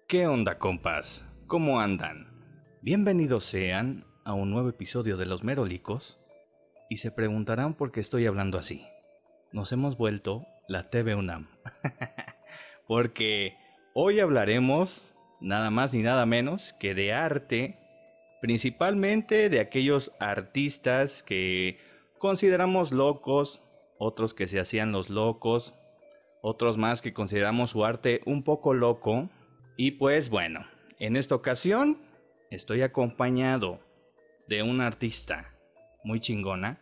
¿Qué onda, compas? ¿Cómo andan? Bienvenidos sean a un nuevo episodio de Los Merolicos y se preguntarán por qué estoy hablando así. Nos hemos vuelto la TV UNAM. Porque hoy hablaremos nada más ni nada menos que de arte, principalmente de aquellos artistas que consideramos locos, otros que se hacían los locos, otros más que consideramos su arte un poco loco. Y pues bueno, en esta ocasión estoy acompañado de una artista muy chingona.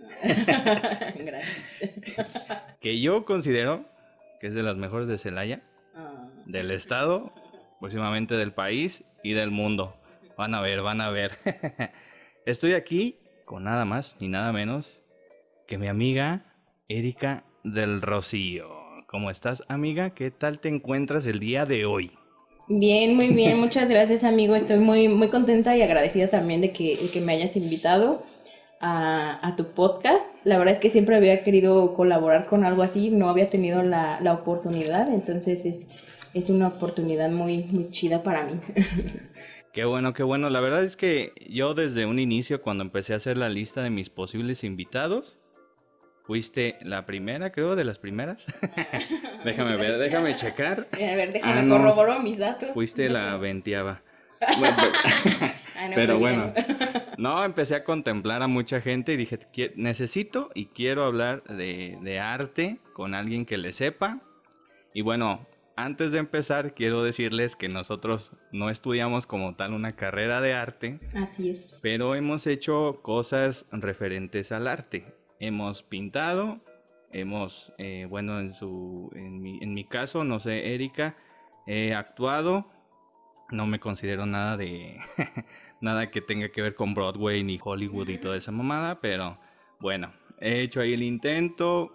Gracias. Que yo considero que es de las mejores de Celaya, del estado, próximamente del país y del mundo. Van a ver. Estoy aquí con nada más ni nada menos que mi amiga Erika del Rocío. ¿Cómo estás, amiga? ¿Qué tal te encuentras el día de hoy? Bien, muy bien, muchas gracias, amigo. Estoy muy contenta y agradecida también de que me hayas invitado a tu podcast. La verdad es que siempre había querido colaborar con algo así, no había tenido la oportunidad, entonces es una oportunidad muy chida para mí. Qué bueno. La verdad es que yo desde un inicio, cuando empecé a hacer la lista de mis posibles invitados, fuiste la primera, creo, de las primeras. Déjame ver, déjame checar. A ver, déjame corroborar mis datos. Fuiste la 20ª. Bueno, pero bueno, no, empecé a contemplar a mucha gente y dije, necesito y quiero hablar de arte con alguien que le sepa. Y bueno, antes de empezar, quiero decirles que nosotros no estudiamos como tal una carrera de arte. Así es. Pero hemos hecho cosas referentes al arte. Hemos pintado, hemos, bueno, en mi caso, no sé, Erika, he actuado. No me considero nada de nada que tenga que ver con Broadway ni Hollywood y toda esa mamada, pero bueno, he hecho ahí el intento.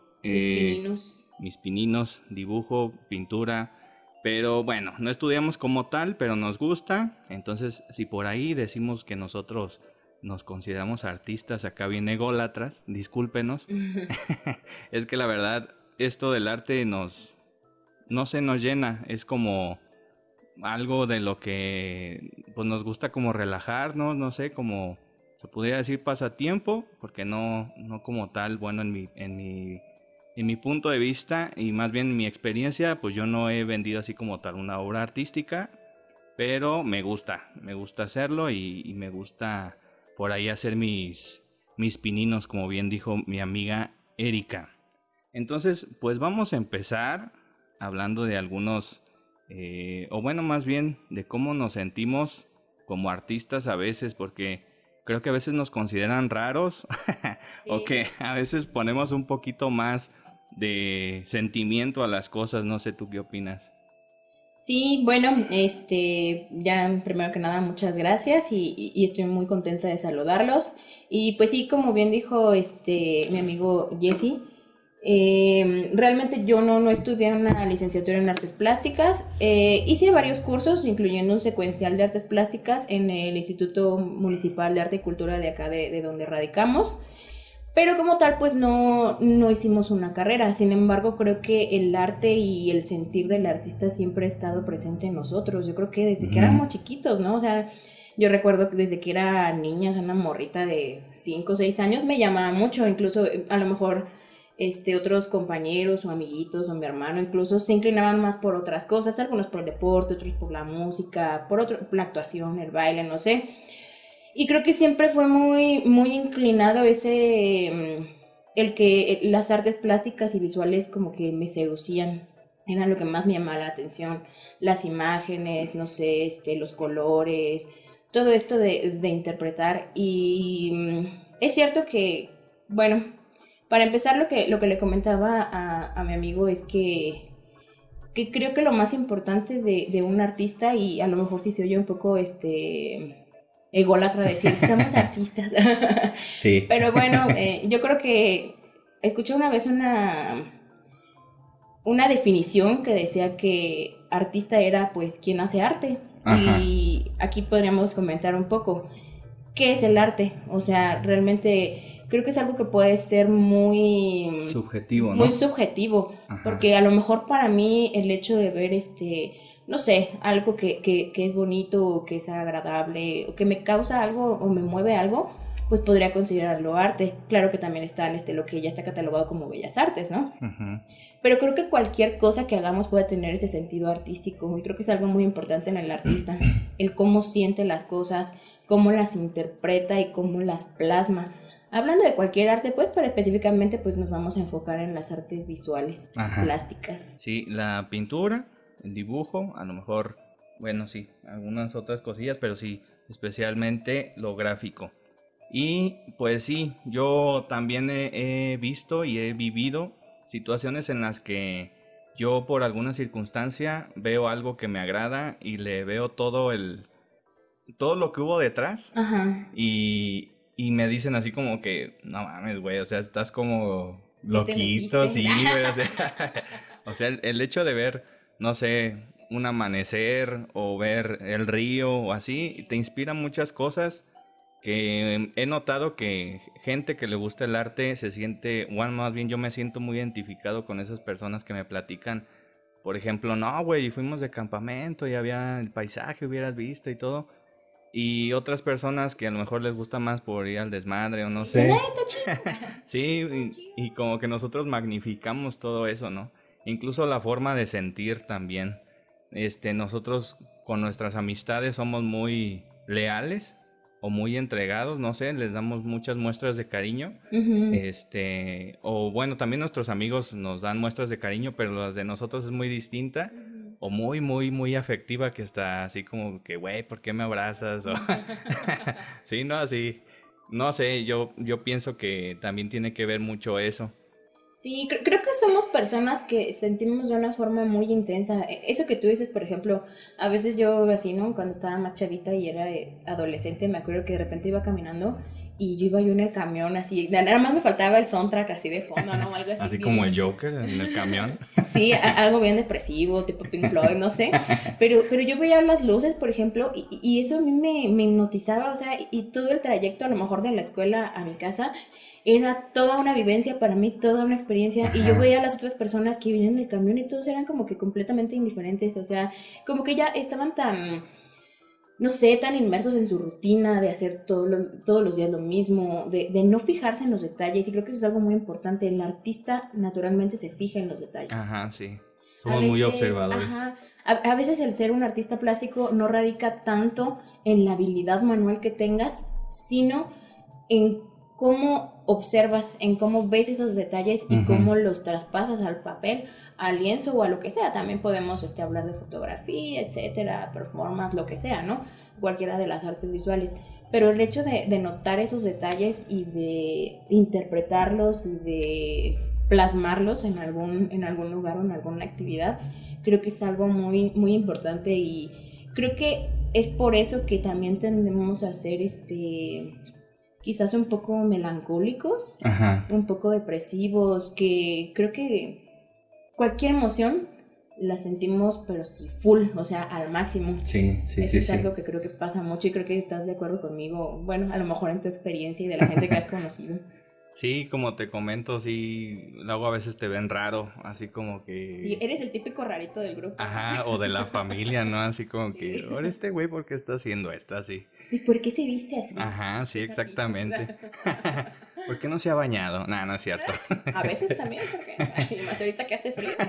Mis pininos, dibujo, pintura. Pero bueno, no estudiamos como tal, pero nos gusta. Entonces, si por ahí decimos que nosotros nos consideramos artistas acá bien ególatras, discúlpenos. Es que la verdad, esto del arte no se nos llena. Es como algo de lo que pues nos gusta como relajarnos, no sé, como se podría decir pasatiempo, porque no como tal, bueno, en mi punto de vista y más bien en mi experiencia, pues yo no he vendido así como tal una obra artística, pero me gusta hacerlo y me gusta por ahí hacer mis pininos, como bien dijo mi amiga Erika. Entonces, pues vamos a empezar hablando de algunos, o bueno, más bien de cómo nos sentimos como artistas a veces, porque creo que a veces nos consideran raros, sí. O que a veces ponemos un poquito más de sentimiento a las cosas. No sé, ¿tú qué opinas? Sí, bueno, ya primero que nada muchas gracias y estoy muy contenta de saludarlos. Y pues sí, como bien dijo mi amigo Jesse, realmente yo no estudié una licenciatura en artes plásticas. Hice varios cursos, incluyendo un secuencial de artes plásticas en el Instituto Municipal de Arte y Cultura de acá de donde radicamos. Pero como tal, pues no hicimos una carrera. Sin embargo, creo que el arte y el sentir del artista siempre ha estado presente en nosotros. Yo creo que desde que éramos chiquitos, ¿no? O sea, yo recuerdo que desde que era niña, una morrita de 5 o 6 años, me llamaba mucho. Incluso a lo mejor otros compañeros o amiguitos o mi hermano incluso se inclinaban más por otras cosas. Algunos por el deporte, otros por la música, por la actuación, el baile, no sé. Y creo que siempre fue muy inclinado el que las artes plásticas y visuales como que me seducían. Era lo que más me llamaba la atención. Las imágenes, no sé, los colores, todo esto de interpretar. Y es cierto que, bueno, para empezar lo que le comentaba a mi amigo es que creo que lo más importante de un artista, y a lo mejor si se oye un poco ególatra decir, somos artistas. Sí. Pero bueno, yo creo que escuché una vez una definición que decía que artista era pues quien hace arte. Ajá. Y aquí podríamos comentar un poco qué es el arte. O sea, realmente creo que es algo que puede ser subjetivo, ¿no? Muy subjetivo. Ajá. Porque a lo mejor para mí el hecho de ver no sé, algo que es bonito o que es agradable o que me causa algo o me mueve algo, pues podría considerarlo arte. Claro que también está en lo que ya está catalogado como bellas artes, ¿no? Uh-huh. Pero creo que cualquier cosa que hagamos puede tener ese sentido artístico y creo que es algo muy importante en el artista, el cómo siente las cosas, cómo las interpreta y cómo las plasma. Hablando de cualquier arte, pues, pero específicamente pues nos vamos a enfocar en las artes visuales, Ajá. plásticas. Sí, la pintura, el dibujo, a lo mejor, bueno, sí, algunas otras cosillas, pero sí, especialmente lo gráfico. Y pues sí, yo también he visto y he vivido situaciones en las que yo por alguna circunstancia veo algo que me agrada y le veo todo lo que hubo detrás. Ajá. Y me dicen así como que, no mames, güey, o sea, estás como ¿Qué te loquito, metiste? sí, güey, o sea, el hecho de ver, no sé, un amanecer o ver el río o así, te inspira muchas cosas que he notado que gente que le gusta el arte se siente, bueno, más bien yo me siento muy identificado con esas personas que me platican, por ejemplo, no, güey, fuimos de campamento y había el paisaje, hubieras visto y todo. Y otras personas que a lo mejor les gusta más por ir al desmadre o no sé. Sí, y como que nosotros magnificamos todo eso, ¿no? Incluso la forma de sentir también. Nosotros con nuestras amistades somos muy leales o muy entregados, no sé, les damos muchas muestras de cariño. Uh-huh. O bueno, también nuestros amigos nos dan muestras de cariño, pero las de nosotros es muy distinta o muy, muy, muy afectiva, que está así como que, güey, ¿por qué me abrazas? O sí, no, así, no sé, yo pienso que también tiene que ver mucho eso. Sí, creo que somos personas que sentimos de una forma muy intensa. Eso que tú dices, por ejemplo, a veces yo así, ¿no? Cuando estaba más chavita y era adolescente, me acuerdo que de repente iba caminando y yo iba yo en el camión así, nada más me faltaba el soundtrack así de fondo, ¿no? Algo así Así bien. como el Joker en el camión. Sí, algo bien depresivo, tipo Pink Floyd, no sé. Pero yo veía las luces, por ejemplo, y eso a mí me hipnotizaba, o sea, y todo el trayecto a lo mejor de la escuela a mi casa era toda una vivencia para mí, toda una experiencia. Ajá. Y yo veía a las otras personas que venían en el camión y todos eran como que completamente indiferentes, o sea, como que ya estaban tan, no sé, tan inmersos en su rutina de hacer todos los días lo mismo, de no fijarse en los detalles. Y creo que eso es algo muy importante. El artista naturalmente se fija en los detalles. Ajá, sí. A Somos muy veces, observadores. ajá, a veces el ser un artista plástico no radica tanto en la habilidad manual que tengas, sino en cómo observas, en cómo ves esos detalles y Ujú. cómo los traspasas al papel, al lienzo o a lo que sea. También podemos hablar de fotografía, etcétera, performance, lo que sea, ¿no? Cualquiera de las artes visuales. Pero el hecho de notar esos detalles y de interpretarlos y de plasmarlos en algún lugar o en alguna actividad, creo que es algo muy, muy importante y creo que es por eso que también tendemos a ser quizás un poco melancólicos, Ajá. un poco depresivos, que creo que cualquier emoción la sentimos, pero sí, full, o sea, al máximo. Sí. Eso es algo que creo que pasa mucho y creo que estás de acuerdo conmigo, bueno, a lo mejor en tu experiencia y de la gente que has conocido. Sí, como te comento, sí, luego a veces te ven raro, así como Y que... eres el típico rarito del grupo. Ajá, o de la familia, ¿no? Así como que, Sí. ahora este güey, ¿por qué está haciendo esto así? ¿Y por qué se viste así? Ajá, sí, Es exactamente. ¿Por qué no se ha bañado? No, no es cierto. A veces también, porque y más ahorita que hace frío.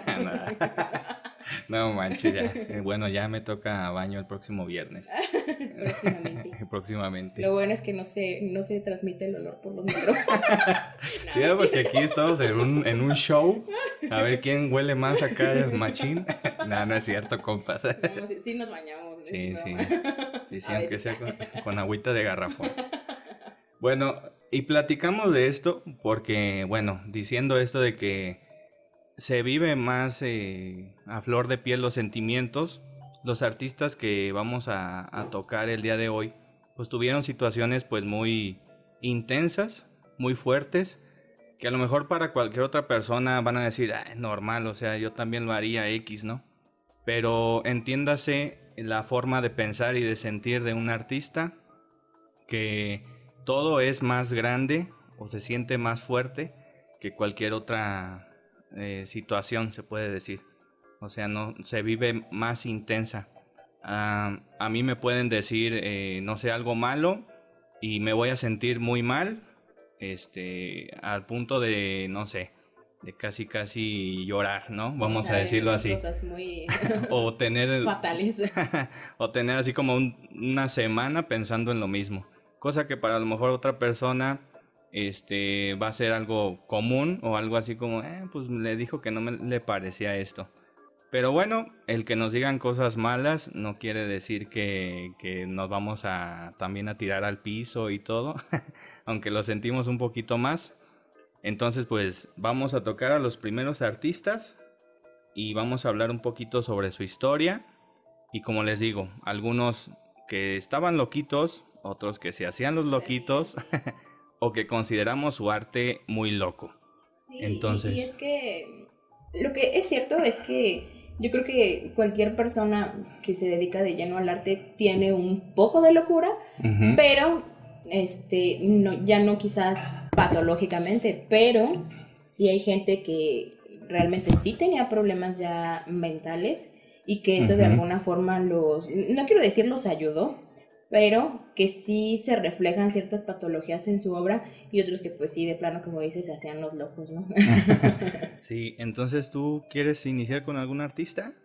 No manches, ya. Bueno, ya me toca baño el próximo viernes. Próximamente. Próximamente. Lo bueno es que no se transmite el olor por los micrófonos. Sí, porque aquí estamos en un show. A ver quién huele más acá, machín. No, no es cierto, compas. No, sí nos bañamos. Sí, sí. Sí, A aunque veces. sea con agüita de garrafón. Bueno, y platicamos de esto porque, bueno, diciendo esto de que se vive más a flor de piel los sentimientos, los artistas que vamos a tocar el día de hoy, pues tuvieron situaciones pues muy intensas, muy fuertes, que a lo mejor para cualquier otra persona van a decir, ah, es normal, o sea, yo también lo haría X, ¿no? Pero entiéndase la forma de pensar y de sentir de un artista, que todo es más grande o se siente más fuerte que cualquier otra situación, se puede decir. O sea, no se vive más intensa. A mí me pueden decir, no sé, algo malo y me voy a sentir muy mal, al punto de, no sé, de casi llorar, ¿no? Vamos a decirlo así. Cosas muy O tener fatales. o tener así como una semana pensando en lo mismo. Cosa que para a lo mejor otra persona va a ser algo común o algo así como, pues le dijo que no le parecía esto. Pero bueno, el que nos digan cosas malas no quiere decir que nos vamos también a tirar al piso y todo, aunque lo sentimos un poquito más. Entonces pues vamos a tocar a los primeros artistas y vamos a hablar un poquito sobre su historia. Y como les digo, algunos que estaban loquitos, otros que se hacían los loquitos, o que consideramos su arte muy loco. Sí, Entonces, y es que lo que es cierto es que yo creo que cualquier persona que se dedica de lleno al arte tiene un poco de locura, pero ya no quizás patológicamente, pero sí hay gente que realmente sí tenía problemas ya mentales y que eso de alguna forma no quiero decir los ayudó, pero que sí se reflejan ciertas patologías en su obra y otros que pues sí, de plano, como dices, se hacían los locos, ¿no? Sí, entonces ¿tú quieres iniciar con algún artista?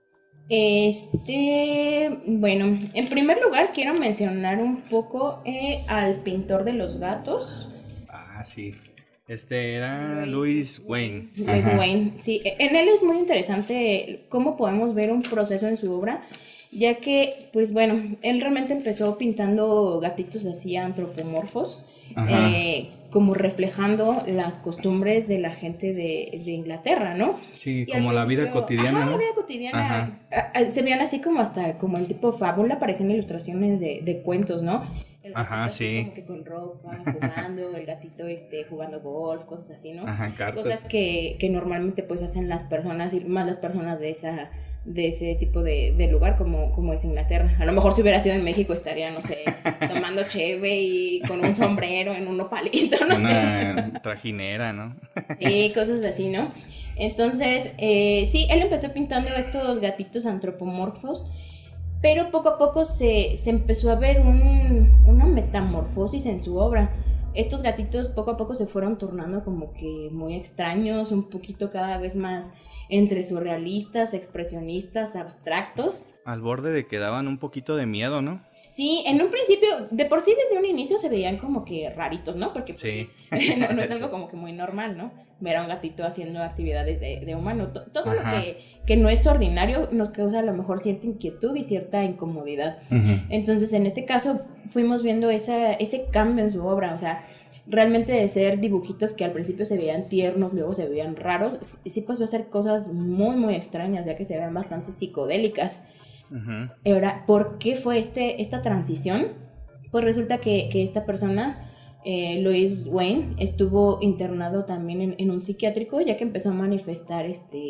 Bueno, en primer lugar quiero mencionar un poco al pintor de los gatos. Ah, sí. Era Louis Wayne. Louis Wayne, sí. En él es muy interesante cómo podemos ver un proceso en su obra, ya que, pues bueno, él realmente empezó pintando gatitos así antropomorfos, como reflejando las costumbres de la gente de Inglaterra, ¿no? Sí, y como la vida cotidiana, ¿no? La vida cotidiana. Se veían así como hasta como en tipo fábula, parecían ilustraciones de cuentos, ¿no? El gatito así como que con ropa, fumando, el gatito jugando golf, cosas así, ¿no? Cartas. Cosas que normalmente pues hacen las personas, y más las personas de ese tipo de lugar como es Inglaterra. A lo mejor si hubiera sido en México estaría, no sé, tomando cheve y con un sombrero en un nopalito, no sé. Una trajinera, ¿no? Sí, cosas así, ¿no? Entonces, sí, él empezó pintando estos gatitos antropomorfos, pero poco a poco se empezó a ver una metamorfosis en su obra. Estos gatitos poco a poco se fueron tornando como que muy extraños, un poquito cada vez más entre surrealistas, expresionistas, abstractos. Al borde de que daban un poquito de miedo, ¿no? Sí, en un principio, de por sí desde un inicio se veían como que raritos, ¿no? Porque pues, sí. no es algo como que muy normal, ¿no? Ver a un gatito haciendo actividades de humano. Todo lo que no es ordinario nos causa a lo mejor cierta inquietud y cierta incomodidad. Entonces, en este caso, fuimos viendo ese cambio en su obra, o sea, realmente de ser dibujitos que al principio se veían tiernos, luego se veían raros, sí pasó a hacer cosas muy, muy extrañas, ya que se veían bastante psicodélicas. Ahora, ¿por qué fue esta transición? Pues resulta que esta persona, Louis Wayne, estuvo internado también en un psiquiátrico, ya que empezó a manifestar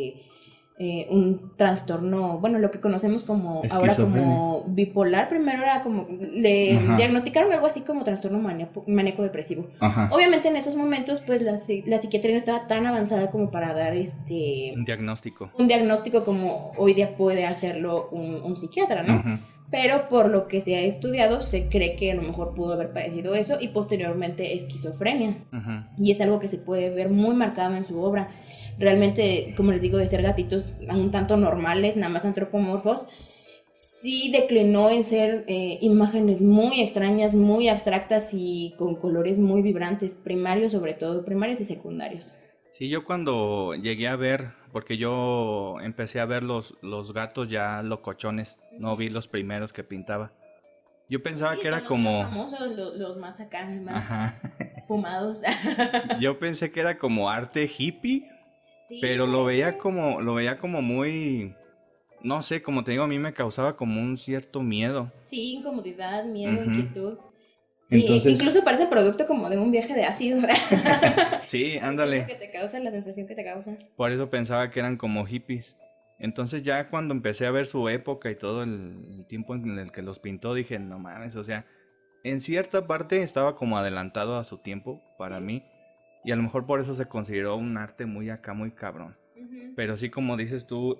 un trastorno, bueno, lo que conocemos como ahora como bipolar. Primero era como, le diagnosticaron algo así como trastorno maníaco depresivo. Obviamente en esos momentos pues la psiquiatría no estaba tan avanzada como para dar un diagnóstico como hoy día puede hacerlo un psiquiatra, ¿no? Pero por lo que se ha estudiado se cree que a lo mejor pudo haber padecido eso y posteriormente esquizofrenia. Y es algo que se puede ver muy marcado en su obra. Realmente, como les digo, de ser gatitos un tanto normales, nada más antropomorfos, sí declinó en ser imágenes muy extrañas, muy abstractas y con colores muy vibrantes, primarios sobre todo, primarios y secundarios. Sí, yo cuando llegué a ver, porque yo empecé a ver los gatos ya locochones, no vi los primeros que pintaba. Yo pensaba que era como... Los más famosos, los más acá, más fumados. Yo pensé que era como arte hippie, sí, pero lo veía como muy... No sé, como te digo, a mí me causaba como un cierto miedo. Sí, incomodidad, miedo, inquietud. Sí, entonces, incluso parece producto como de un viaje de ácido. Sí, ándale. Es lo que te causa, la sensación que te causa. Por eso pensaba que eran como hippies. Entonces ya cuando empecé a ver su época y todo el tiempo en el que los pintó, dije, no mames, o sea, en cierta parte estaba como adelantado a su tiempo para mí. Y a lo mejor por eso se consideró un arte muy acá, muy cabrón. Pero sí, como dices tú,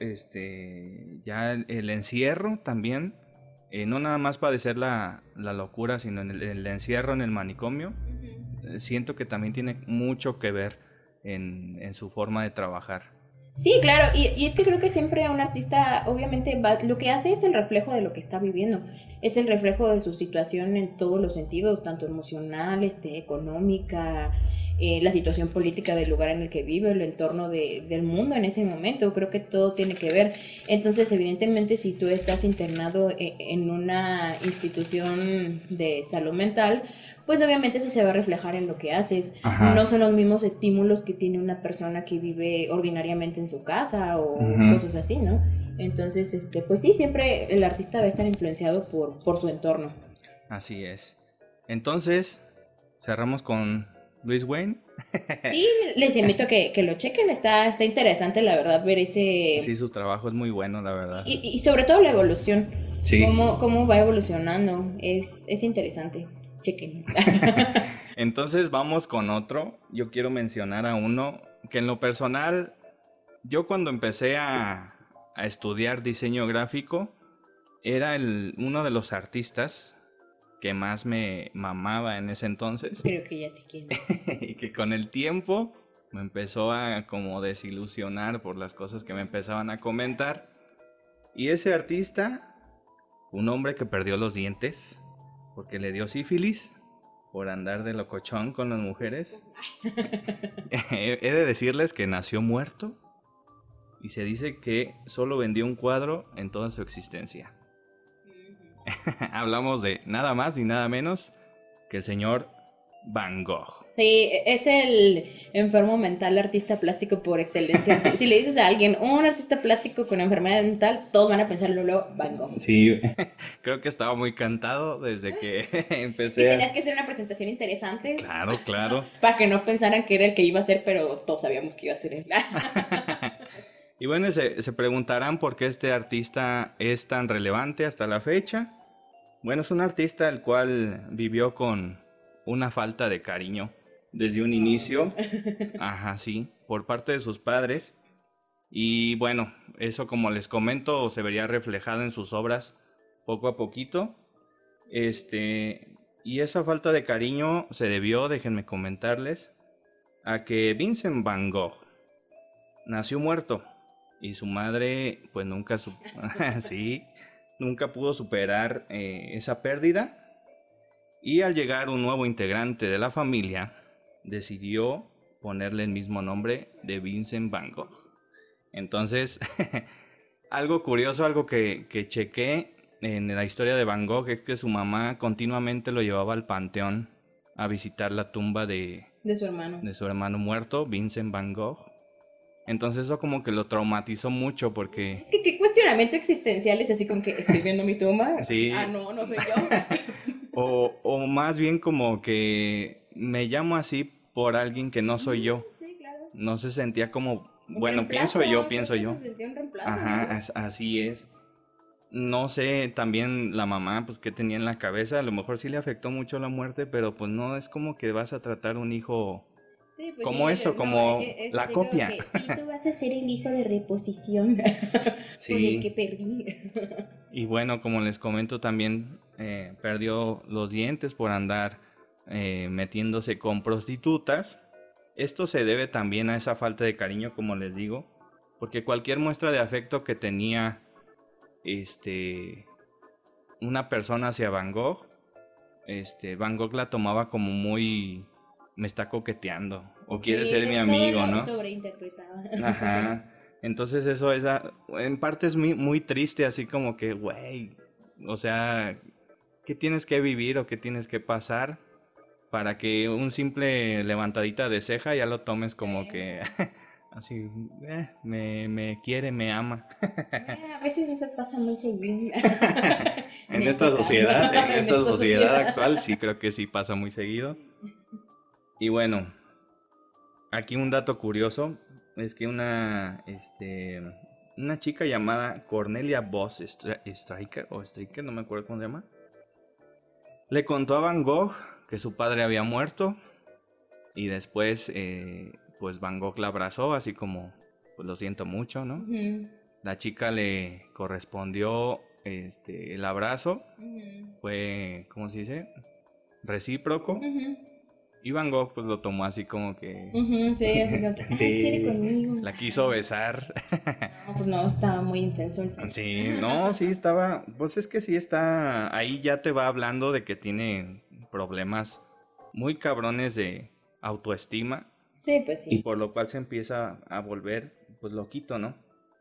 ya el encierro también, no nada más padecer la locura, sino en el encierro en el manicomio, siento que también tiene mucho que ver en su forma de trabajar. Sí, claro, y es que creo que siempre un artista, obviamente, lo que hace es el reflejo de lo que está viviendo, es el reflejo de su situación en todos los sentidos, tanto emocional, económica, la situación política del lugar en el que vive, el entorno del mundo en ese momento, creo que todo tiene que ver. Entonces, evidentemente, si tú estás internado en una institución de salud mental, pues obviamente eso se va a reflejar en lo que haces. Ajá. No son los mismos estímulos que tiene una persona que vive ordinariamente en su casa o cosas así, ¿no? Entonces, pues sí, siempre el artista va a estar influenciado por su entorno. Así es. Entonces, cerramos con Luis Wayne. Sí, les invito a que lo chequen, está interesante la verdad ver ese... Sí, su trabajo es muy bueno, la verdad. Y sobre todo la evolución, sí. Cómo va evolucionando, es interesante. Chequen. Entonces vamos con otro. Yo quiero mencionar a uno que en lo personal, yo cuando empecé a estudiar diseño gráfico, era uno de los artistas que más me mamaba en ese entonces. Creo que ya sé quién. Y que con el tiempo me empezó a como desilusionar por las cosas que me empezaban a comentar. Y ese artista, un hombre que perdió los dientes porque le dio sífilis por andar de locochón con las mujeres. He de decirles que nació muerto y se dice que solo vendió un cuadro en toda su existencia. Hablamos de nada más y nada menos que el señor Van Gogh. Sí, es el enfermo mental artista plástico por excelencia. Si le dices a alguien, un artista plástico con enfermedad mental, todos van a pensar luego Van Gogh. Sí, creo que estaba muy cantado desde que empecé. Y tenías que hacer una presentación interesante. Claro, claro. Para que no pensaran que era el que iba a ser, pero todos sabíamos que iba a ser él. Y bueno, se preguntarán por qué este artista es tan relevante hasta la fecha. Bueno, es un artista el cual vivió con una falta de cariño desde un inicio, ajá, sí, por parte de sus padres. Y bueno, eso, como les comento, se vería reflejado en sus obras poco a poquito. Y esa falta de cariño se debió, déjenme comentarles, a que Vincent Van Gogh nació muerto y su madre pues nunca sí, nunca pudo superar esa pérdida. Y al llegar un nuevo integrante de la familia, decidió ponerle el mismo nombre de Vincent Van Gogh. Entonces, algo curioso, algo que chequé en la historia de Van Gogh es que su mamá continuamente lo llevaba al panteón a visitar la tumba de su hermano muerto, Vincent Van Gogh. Entonces eso como que lo traumatizó mucho porque... ¿Qué cuestionamiento existencial es así como que estoy viendo mi tumba? Sí. Ah, no soy yo. o más bien como que me llamo así por alguien que no soy yo. Sí, claro. No se sentía como... Bueno, reemplazo, pienso yo. Se sentía un reemplazo. Ajá, ¿no? así es. No sé también la mamá, pues qué tenía en la cabeza. A lo mejor sí le afectó mucho la muerte, pero pues no es como que vas a tratar un hijo... Sí, pues como sí, eso, no, como la copia. Que, sí, tú vas a ser el hijo de reposición. Sí. Por el que perdí. Y bueno, como les comento también, perdió los dientes por andar metiéndose con prostitutas. Esto se debe también a esa falta de cariño, como les digo, porque cualquier muestra de afecto que tenía una persona hacia Van Gogh, Van Gogh la tomaba como muy... me está coqueteando o quiere ser mi amigo, ¿no? Sobreinterpretaba. Ajá. Entonces eso es, en parte es muy, muy triste, así como que, güey, o sea, ¿qué tienes que vivir o qué tienes que pasar para que un simple levantadita de ceja ya lo tomes como que, así, me quiere, me ama? A veces eso pasa muy seguido. En esta sociedad actual sí creo que sí pasa muy seguido. Y bueno, aquí un dato curioso es que una chica llamada Cornelia Voss Stryker, no me acuerdo cómo se llama, le contó a Van Gogh que su padre había muerto y después pues Van Gogh la abrazó así como pues lo siento mucho, ¿no? Ujú. La chica le correspondió el abrazo, Ujú. fue, ¿cómo se dice? Recíproco. Ujú. Y Van Gogh pues lo tomó así como que... Ujú, sí, así como que, ay, quiere Sí, conmigo. la quiso besar. No, pues no, estaba muy intenso el sexo. Sí, no, sí estaba, pues es que sí está, ahí ya te va hablando de que tiene problemas muy cabrones de autoestima Sí, pues y sí. por lo cual se empieza a volver pues loquito, ¿no?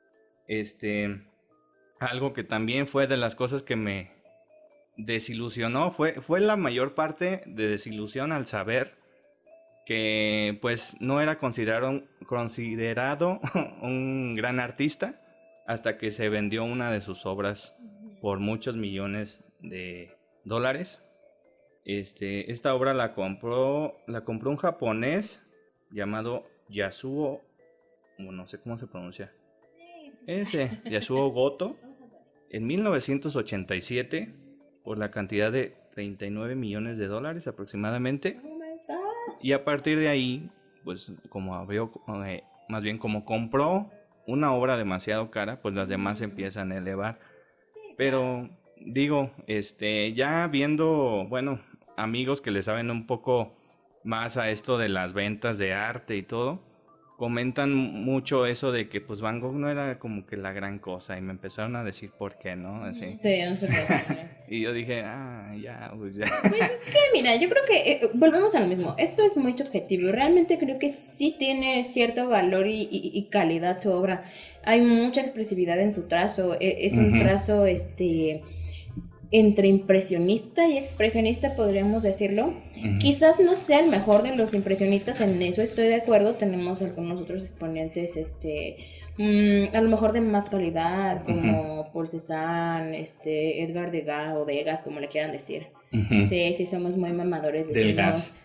Algo que también fue de las cosas que me desilusionó, fue la mayor parte de desilusión al saber que pues no era considerado un gran artista hasta que se vendió una de sus obras por muchos millones de dólares. Esta obra la compró un japonés llamado Yasuo, no sé cómo se pronuncia, ese Yasuo Goto, en 1987 por la cantidad de 39 millones de dólares aproximadamente. Oh my God. Y a partir de ahí, pues como veo, más bien como compró una obra demasiado cara, pues las demás se empiezan a elevar. Sí, claro. Pero digo, ya viendo, bueno, amigos que le saben un poco más a esto de las ventas de arte y todo, comentan mucho eso de que pues Van Gogh no era como que la gran cosa y me empezaron a decir por qué, ¿no? Así. Te dieron sus razones. Y yo dije, ya, pues ya. Pues es que, mira, yo creo que volvemos a lo mismo. Esto es muy subjetivo. Realmente creo que sí tiene cierto valor y calidad su obra. Hay mucha expresividad en su trazo. Es un trazo, entre impresionista y expresionista, podríamos decirlo. Quizás no sea el mejor de los impresionistas, en eso estoy de acuerdo. Tenemos algunos otros exponentes, a lo mejor de más calidad, como Paul Cézanne, Edgar Degas o Degas, como le quieran decir. Sí, somos muy mamadores. Del gas.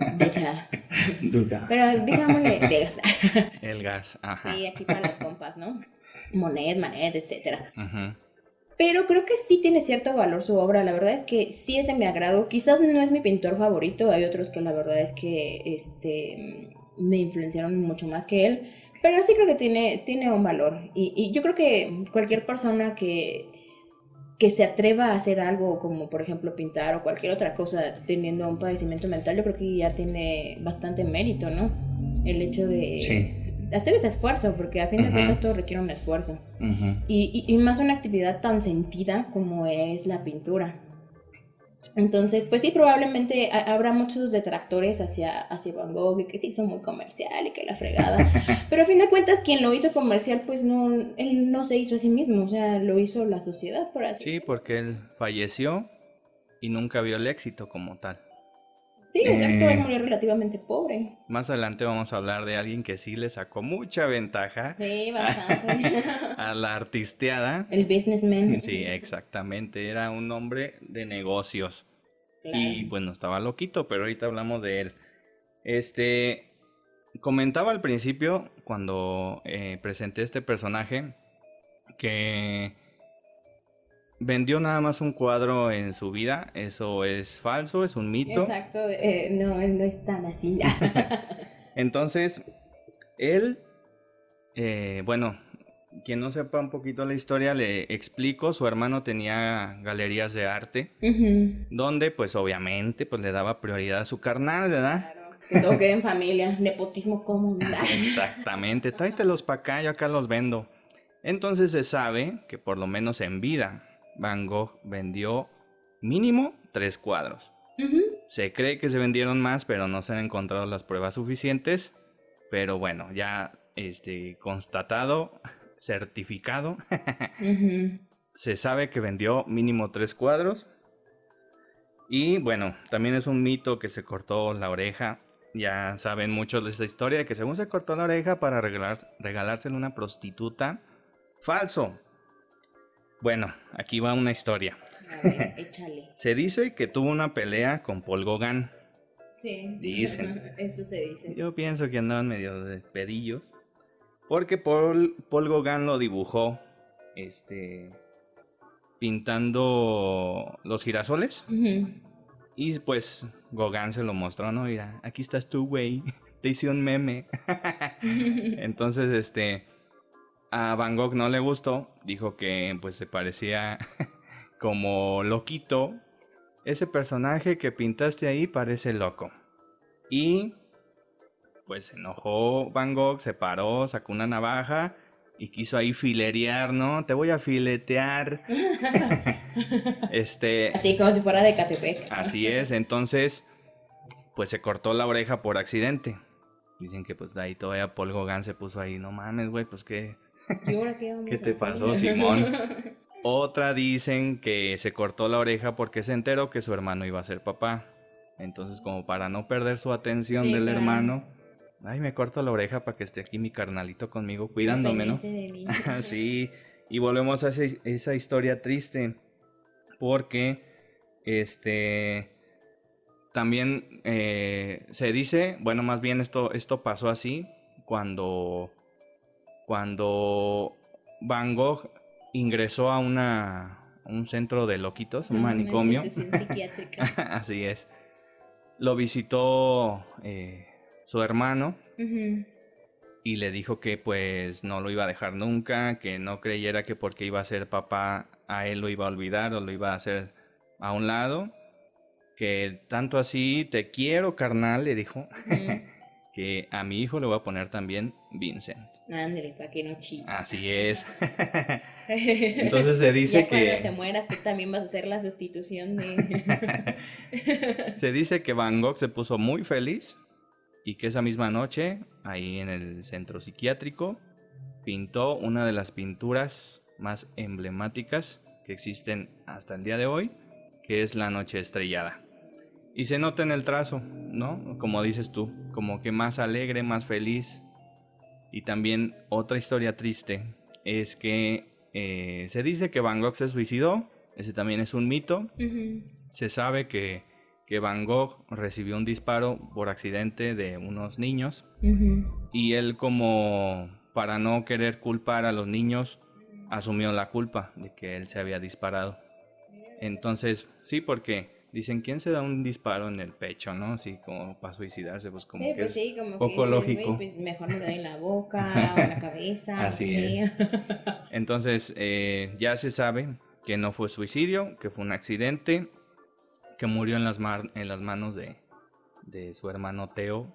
Degas. Pero digámosle Degas. El gas, ajá. Sí, aquí para los compas, ¿no? Monet, Manet, etcétera. Ajá. Pero creo que sí tiene cierto valor su obra. La verdad es que sí es de mi agrado. Quizás no es mi pintor favorito. Hay otros que la verdad es que me influenciaron mucho más que él. Pero sí creo que tiene un valor. Y yo creo que cualquier persona que se atreva a hacer algo como por ejemplo pintar o cualquier otra cosa teniendo un padecimiento mental, yo creo que ya tiene bastante mérito, ¿no? El hecho de hacer ese esfuerzo, porque a fin de cuentas todo requiere un esfuerzo. Y más una actividad tan sentida como es la pintura. Entonces, pues sí, probablemente habrá muchos detractores hacia Van Gogh, y que se hizo muy comercial y que la fregada. Pero a fin de cuentas, quien lo hizo comercial, pues no, él no se hizo a sí mismo, o sea, lo hizo la sociedad, por así decirlo. Sí, porque él falleció y nunca vio el éxito como tal. Sí, exacto, él murió relativamente pobre. Más adelante vamos a hablar de alguien que sí le sacó mucha ventaja. Sí, bastante. A la artisteada. El businessman. Sí, exactamente. Era un hombre de negocios. Claro. Y bueno, estaba loquito, pero ahorita hablamos de él. Comentaba al principio, cuando presenté este personaje, que vendió nada más un cuadro en su vida. Eso es falso, es un mito. Exacto, no, él no es tan así. Entonces, él, bueno, quien no sepa un poquito la historia, le explico, su hermano tenía galerías de arte, donde pues obviamente pues le daba prioridad a su carnal, ¿verdad? Claro, que todo quede en familia, nepotismo común. Exactamente, tráetelos para acá, yo acá los vendo. Entonces se sabe que por lo menos en vida Van Gogh vendió mínimo 3 cuadros. Se cree que se vendieron más, pero no se han encontrado las pruebas suficientes. Pero bueno, ya constatado, certificado. Se sabe que vendió mínimo 3 cuadros. Y bueno, también es un mito que se cortó la oreja. Ya saben muchos de esta historia de que según se cortó la oreja para regalársela a una prostituta. Falso. Bueno, aquí va una historia. A ver, échale. Se dice que tuvo una pelea con Paul Gauguin. Sí. Dicen. Eso se dice. Yo pienso que andaban medio de pedillos. Porque Paul Gauguin lo dibujó pintando los girasoles. Y pues Gauguin se lo mostró, ¿no? Mira, aquí estás tú, güey. Te hice un meme. Entonces, A Van Gogh no le gustó, dijo que pues se parecía como loquito. Ese personaje que pintaste ahí parece loco. Y pues se enojó Van Gogh, se paró, sacó una navaja y quiso ahí filerear, ¿no? Te voy a filetear. Así como si fuera de Catepec. Así es, entonces pues se cortó la oreja por accidente. Dicen que pues de ahí todavía Paul Gauguin se puso ahí, no mames, güey, pues qué, ¿Y ahora qué vamos ¿qué a te hacer? pasó, Simón? Otra dicen que se cortó la oreja porque se enteró que su hermano iba a ser papá. Entonces, como para no perder su atención Sí, del claro. hermano, ay, me corto la oreja para que esté aquí mi carnalito conmigo cuidándome, ¿no? Pendiente de mí. Sí, y volvemos a esa historia triste porque también se dice, bueno, más bien esto pasó así cuando Van Gogh ingresó a un centro de loquitos, un manicomio. Una institución psiquiátrica. Así es. Lo visitó su hermano y le dijo que pues no lo iba a dejar nunca, que no creyera que porque iba a ser papá a él lo iba a olvidar o lo iba a hacer a un lado. Que tanto así, te quiero, carnal, le dijo, que a mi hijo le voy a poner también Vincent. Ándale, para que no chille. Así es. Entonces se dice ya cuando que te mueras, tú también vas a hacer la sustitución de... se dice que Van Gogh se puso muy feliz y que esa misma noche, ahí en el centro psiquiátrico, pintó una de las pinturas más emblemáticas que existen hasta el día de hoy, que es La Noche Estrellada. Y se nota en el trazo, ¿no? Como dices tú, como que más alegre, más feliz. Y también otra historia triste es que se dice que Van Gogh se suicidó. Ese también es un mito. Se sabe que Van Gogh recibió un disparo por accidente de unos niños. Y él, como para no querer culpar a los niños, asumió la culpa de que él se había disparado. Entonces, sí, porque dicen, ¿quién se da un disparo en el pecho, no? Así como para suicidarse, pues como sí, que pues es sí, como poco que dices, lógico. pues mejor me doy en la boca o en la cabeza. Así sí. es. Entonces, ya se sabe que no fue suicidio, que fue un accidente, que murió en las manos de su hermano Theo.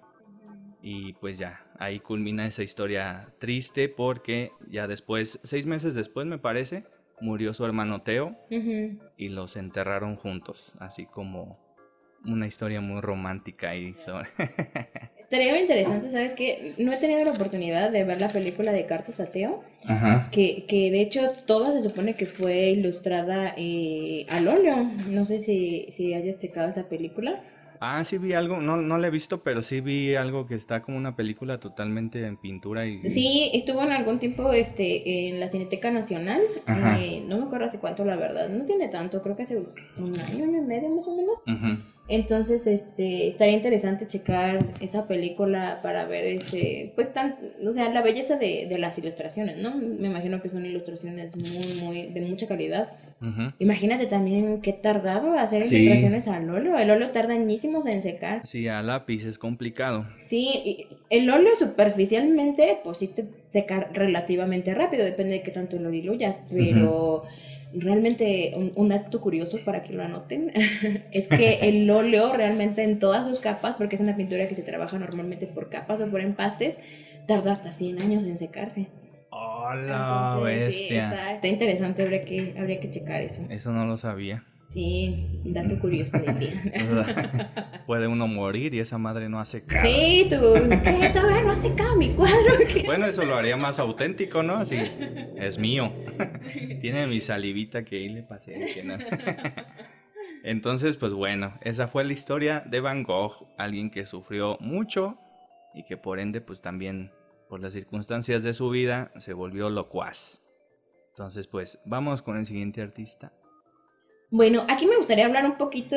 Y pues ya, ahí culmina esa historia triste porque ya después, 6 meses después me parece, murió su hermano Theo y los enterraron juntos, así como una historia muy romántica ahí sobre... Estaría muy interesante, ¿sabes qué? No he tenido la oportunidad de ver la película de Cartas a Theo, Ajá. que de hecho toda se supone que fue ilustrada al óleo. No sé si hayas checado esa película. Ah, sí vi algo, no la he visto, pero sí vi algo que está como una película totalmente en pintura y... Sí, estuvo en algún tiempo en la Cineteca Nacional. Ajá. No me acuerdo hace cuánto, la verdad. No tiene tanto, creo que hace un año y medio más o menos. Entonces, estaría interesante checar esa película para ver, pues, o sea, la belleza de las ilustraciones, ¿no? Me imagino que son ilustraciones de mucha calidad. Imagínate también qué tardaba hacer Sí. ilustraciones al óleo. El óleo tarda añísimos en secar. Sí, a lápiz es complicado. Sí, el óleo superficialmente, pues sí te seca relativamente rápido, depende de qué tanto lo diluyas, pero realmente un dato curioso para que lo anoten es que el óleo realmente en todas sus capas, porque es una pintura que se trabaja normalmente por capas o por empastes, tarda hasta 100 años en secarse. ¡Hola, Entonces, sí, bestia! está interesante, habría que checar eso. Eso no lo sabía. Sí, dato curioso de ti. Puede uno morir y esa madre no ha secado. Sí, tú, ¿qué? Todavía no has secado mi cuadro. ¿Qué? Bueno, eso lo haría más auténtico, ¿no? Así, es mío. Tiene mi salivita que ahí le pasé. Que no. Entonces, pues bueno, esa fue la historia de Van Gogh, alguien que sufrió mucho y que por ende, pues también por las circunstancias de su vida se volvió locuaz. Entonces, pues vamos con el siguiente artista. Bueno, aquí me gustaría hablar un poquito,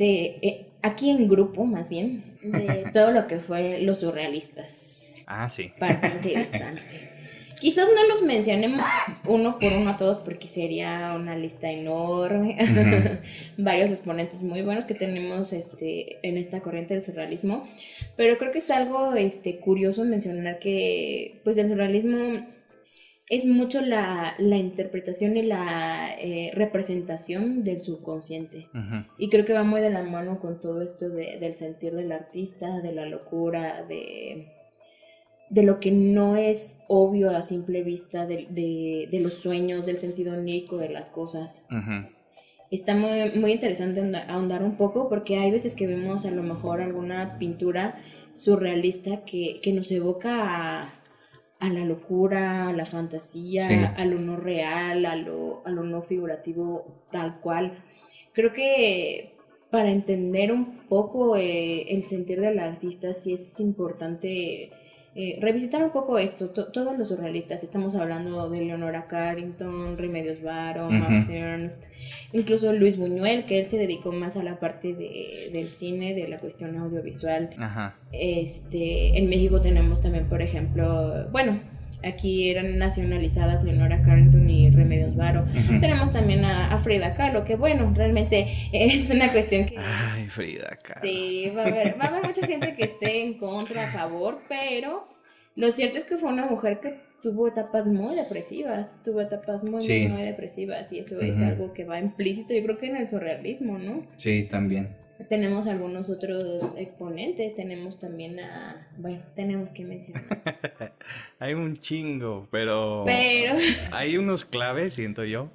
aquí en grupo más bien, de todo lo que fue los surrealistas. Ah, sí. Parte interesante. Quizás no los mencionemos uno por uno a todos porque sería una lista enorme. Varios exponentes muy buenos que tenemos en esta corriente del surrealismo. Pero creo que es algo curioso mencionar que pues el surrealismo es mucho la interpretación y la representación del subconsciente. Ujú. Y creo que va muy de la mano con todo esto del sentir del artista, de la locura, de lo que no es obvio a simple vista, de los sueños, del sentido onírico de las cosas. Ujú. Está muy, muy interesante ahondar un poco porque hay veces que vemos a lo mejor alguna pintura surrealista que nos evoca a la locura, a la fantasía, Sí. a lo no real, a lo no figurativo tal cual. Creo que para entender un poco el sentir del artista sí es importante revisitar un poco esto, todos los surrealistas. Estamos hablando de Leonora Carrington, Remedios Varo, Max Ujú. Ernst, incluso Luis Buñuel, que él se dedicó más a la parte del cine, de la cuestión audiovisual. Ajá. En México tenemos también, por ejemplo, bueno, aquí eran nacionalizadas Leonora Carrington y Remedios Varo. Ujú. Tenemos también a Frida Kahlo, que bueno, realmente es una cuestión que Ay, Frida Kahlo. sí, va a haber mucha gente que esté en contra, a favor, pero lo cierto es que fue una mujer que tuvo etapas muy depresivas, tuvo etapas muy, Sí. muy, muy depresivas, y eso es Ujú. algo que va implícito, yo creo que en el surrealismo, ¿no? Sí, también. Tenemos algunos otros exponentes, tenemos también bueno, tenemos que mencionar. Hay un chingo, pero hay unos claves, siento yo.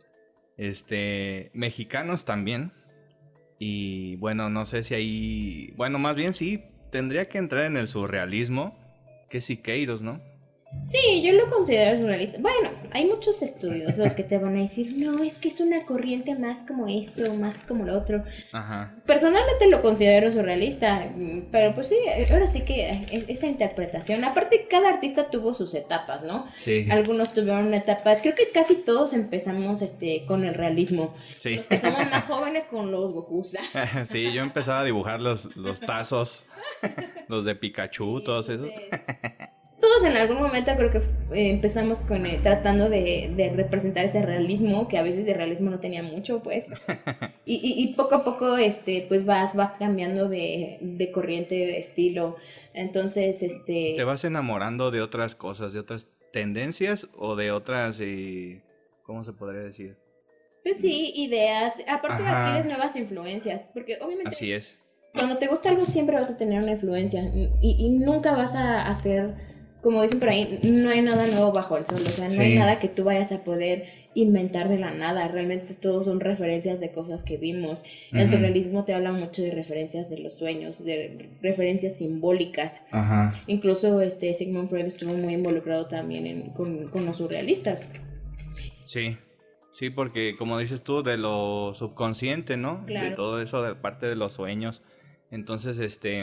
Mexicanos también. Y bueno, no sé si hay... Bueno, más bien sí, tendría que entrar en el surrealismo, que es Siqueiros, ¿no? Sí, yo lo considero surrealista. Bueno, hay muchos estudiosos que te van a decir, no, es que es una corriente más como esto, más como lo otro. Ajá. Personalmente lo considero surrealista, pero pues sí, ahora sí que esa interpretación. Aparte, cada artista tuvo sus etapas, ¿no? Sí. Algunos tuvieron etapas, creo que casi todos empezamos con el realismo. Sí. Los que somos más jóvenes con los Gokus. Sí, yo empezaba a dibujar los tazos, los de Pikachu, Sí, todos esos. todos en algún momento creo que empezamos tratando de representar ese realismo, que a veces de realismo no tenía mucho, pues. Y poco a poco, pues vas cambiando de corriente, de estilo. Entonces, Te vas enamorando de otras cosas, de otras tendencias o de otras, ¿cómo se podría decir? pues sí, ideas. Aparte Ajá. adquieres nuevas influencias, porque obviamente Así es. cuando te gusta algo siempre vas a tener una influencia y nunca vas a hacer, como dicen por ahí, no hay nada nuevo bajo el sol, o sea, no hay Sí. nada que tú vayas a poder inventar de la nada, realmente todos son referencias de cosas que vimos. El Ujú. surrealismo te habla mucho de referencias de los sueños, de referencias simbólicas. Ajá. Incluso Sigmund Freud estuvo muy involucrado también con los surrealistas. Sí. Sí, porque como dices tú, de lo subconsciente, ¿no? Claro. De todo eso, de parte de los sueños. Entonces,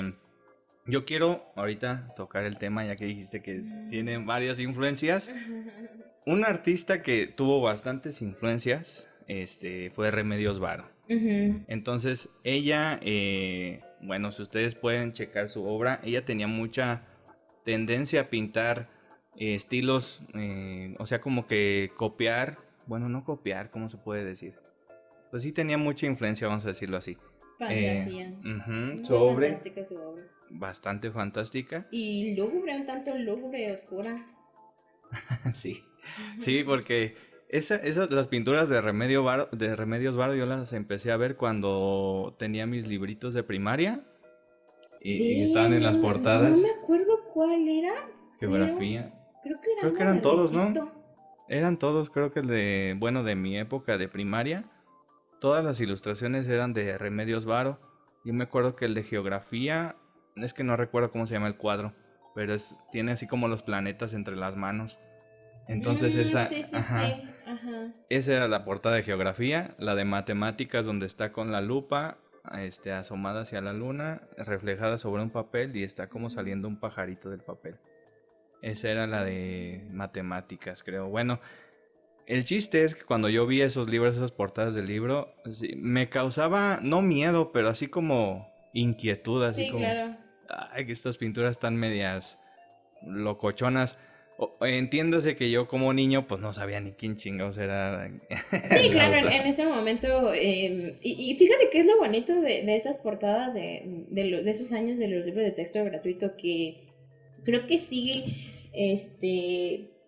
yo quiero ahorita tocar el tema, ya que dijiste que tienen varias influencias. Un artista que tuvo bastantes influencias, fue Remedios Varo. Uh-huh. Entonces, ella, bueno, si ustedes pueden checar su obra, ella tenía mucha tendencia a pintar estilos, o sea, como que copiar, bueno, no copiar, ¿cómo se puede decir? Pues sí tenía mucha influencia, vamos a decirlo así. Fantasía. Muy Su obra. Fantástica su obra. Bastante fantástica. Y lúgubre, un tanto lúgubre, oscura. Sí, sí, porque las pinturas de Remedios Varo yo las empecé a ver cuando tenía mis libritos de primaria. Sí, y estaban en las portadas. No me acuerdo cuál era. Geografía. Creo que eran todos, ¿no? verdecito. Eran todos, creo que de mi época de primaria. Todas las ilustraciones eran de Remedios Varo. Yo me acuerdo que el de geografía, es que no recuerdo cómo se llama el cuadro, pero tiene así como los planetas entre las manos. Entonces esa, Sí, ajá, sí. Ajá. Esa era la portada de geografía. La de matemáticas, donde está con la lupa, asomada hacia la luna, reflejada sobre un papel y está como saliendo un pajarito del papel. Esa era la de matemáticas, creo. Bueno, el chiste es que cuando yo vi esos libros, esas portadas del libro, sí, me causaba, no miedo, pero así como inquietud, así Sí, como, claro. ay, que estas pinturas están medias locochonas. Entiéndase que yo como niño pues no sabía ni quién chingados era. Sí, claro, en ese momento. Y fíjate que es lo bonito de esas portadas de esos años de los libros de texto gratuito, que creo que sigue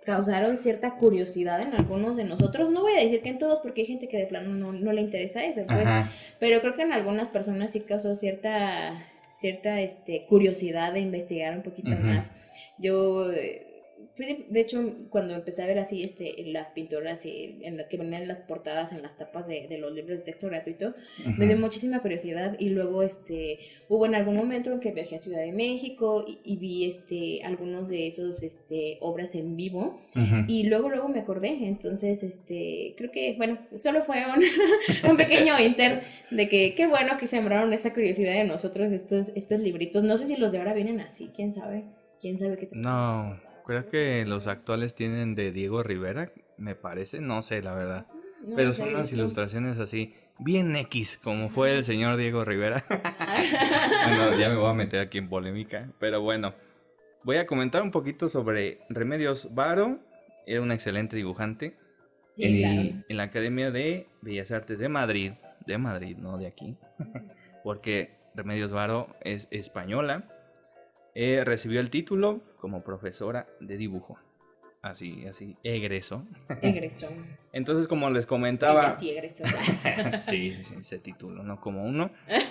causaron cierta curiosidad en algunos de nosotros. No voy a decir que en todos, porque hay gente que de plano no le interesa eso, pues. Ajá. Pero creo que en algunas personas sí causó cierta curiosidad de investigar un poquito más. Yo fui de hecho, cuando empecé a ver así las pinturas en las que venían las portadas en las tapas de los libros de texto gratuito, me dio muchísima curiosidad. Y luego hubo en algún momento en que viajé a Ciudad de México y vi algunos de esos obras en vivo, y luego me acordé. Entonces creo que bueno, solo fue un pequeño inter de que qué bueno que sembraron esa curiosidad de nosotros estos libritos. No sé si los de ahora vienen así, quién sabe qué te... No, creo que los actuales tienen de Diego Rivera, me parece, no sé la verdad. No, Pero los he son unas visto. ilustraciones así, bien X, como fue el señor Diego Rivera. Bueno, ya me voy a meter aquí en polémica, pero bueno. Voy a comentar un poquito sobre Remedios Varo. Era un excelente dibujante. Sí, claro. En la Academia de Bellas Artes de Madrid, no de aquí, porque Remedios Varo es española. Recibió el título como profesora de dibujo. Así, egresó. Egresó. Entonces, como les comentaba... Ella sí egresó. sí, ese título, no como uno.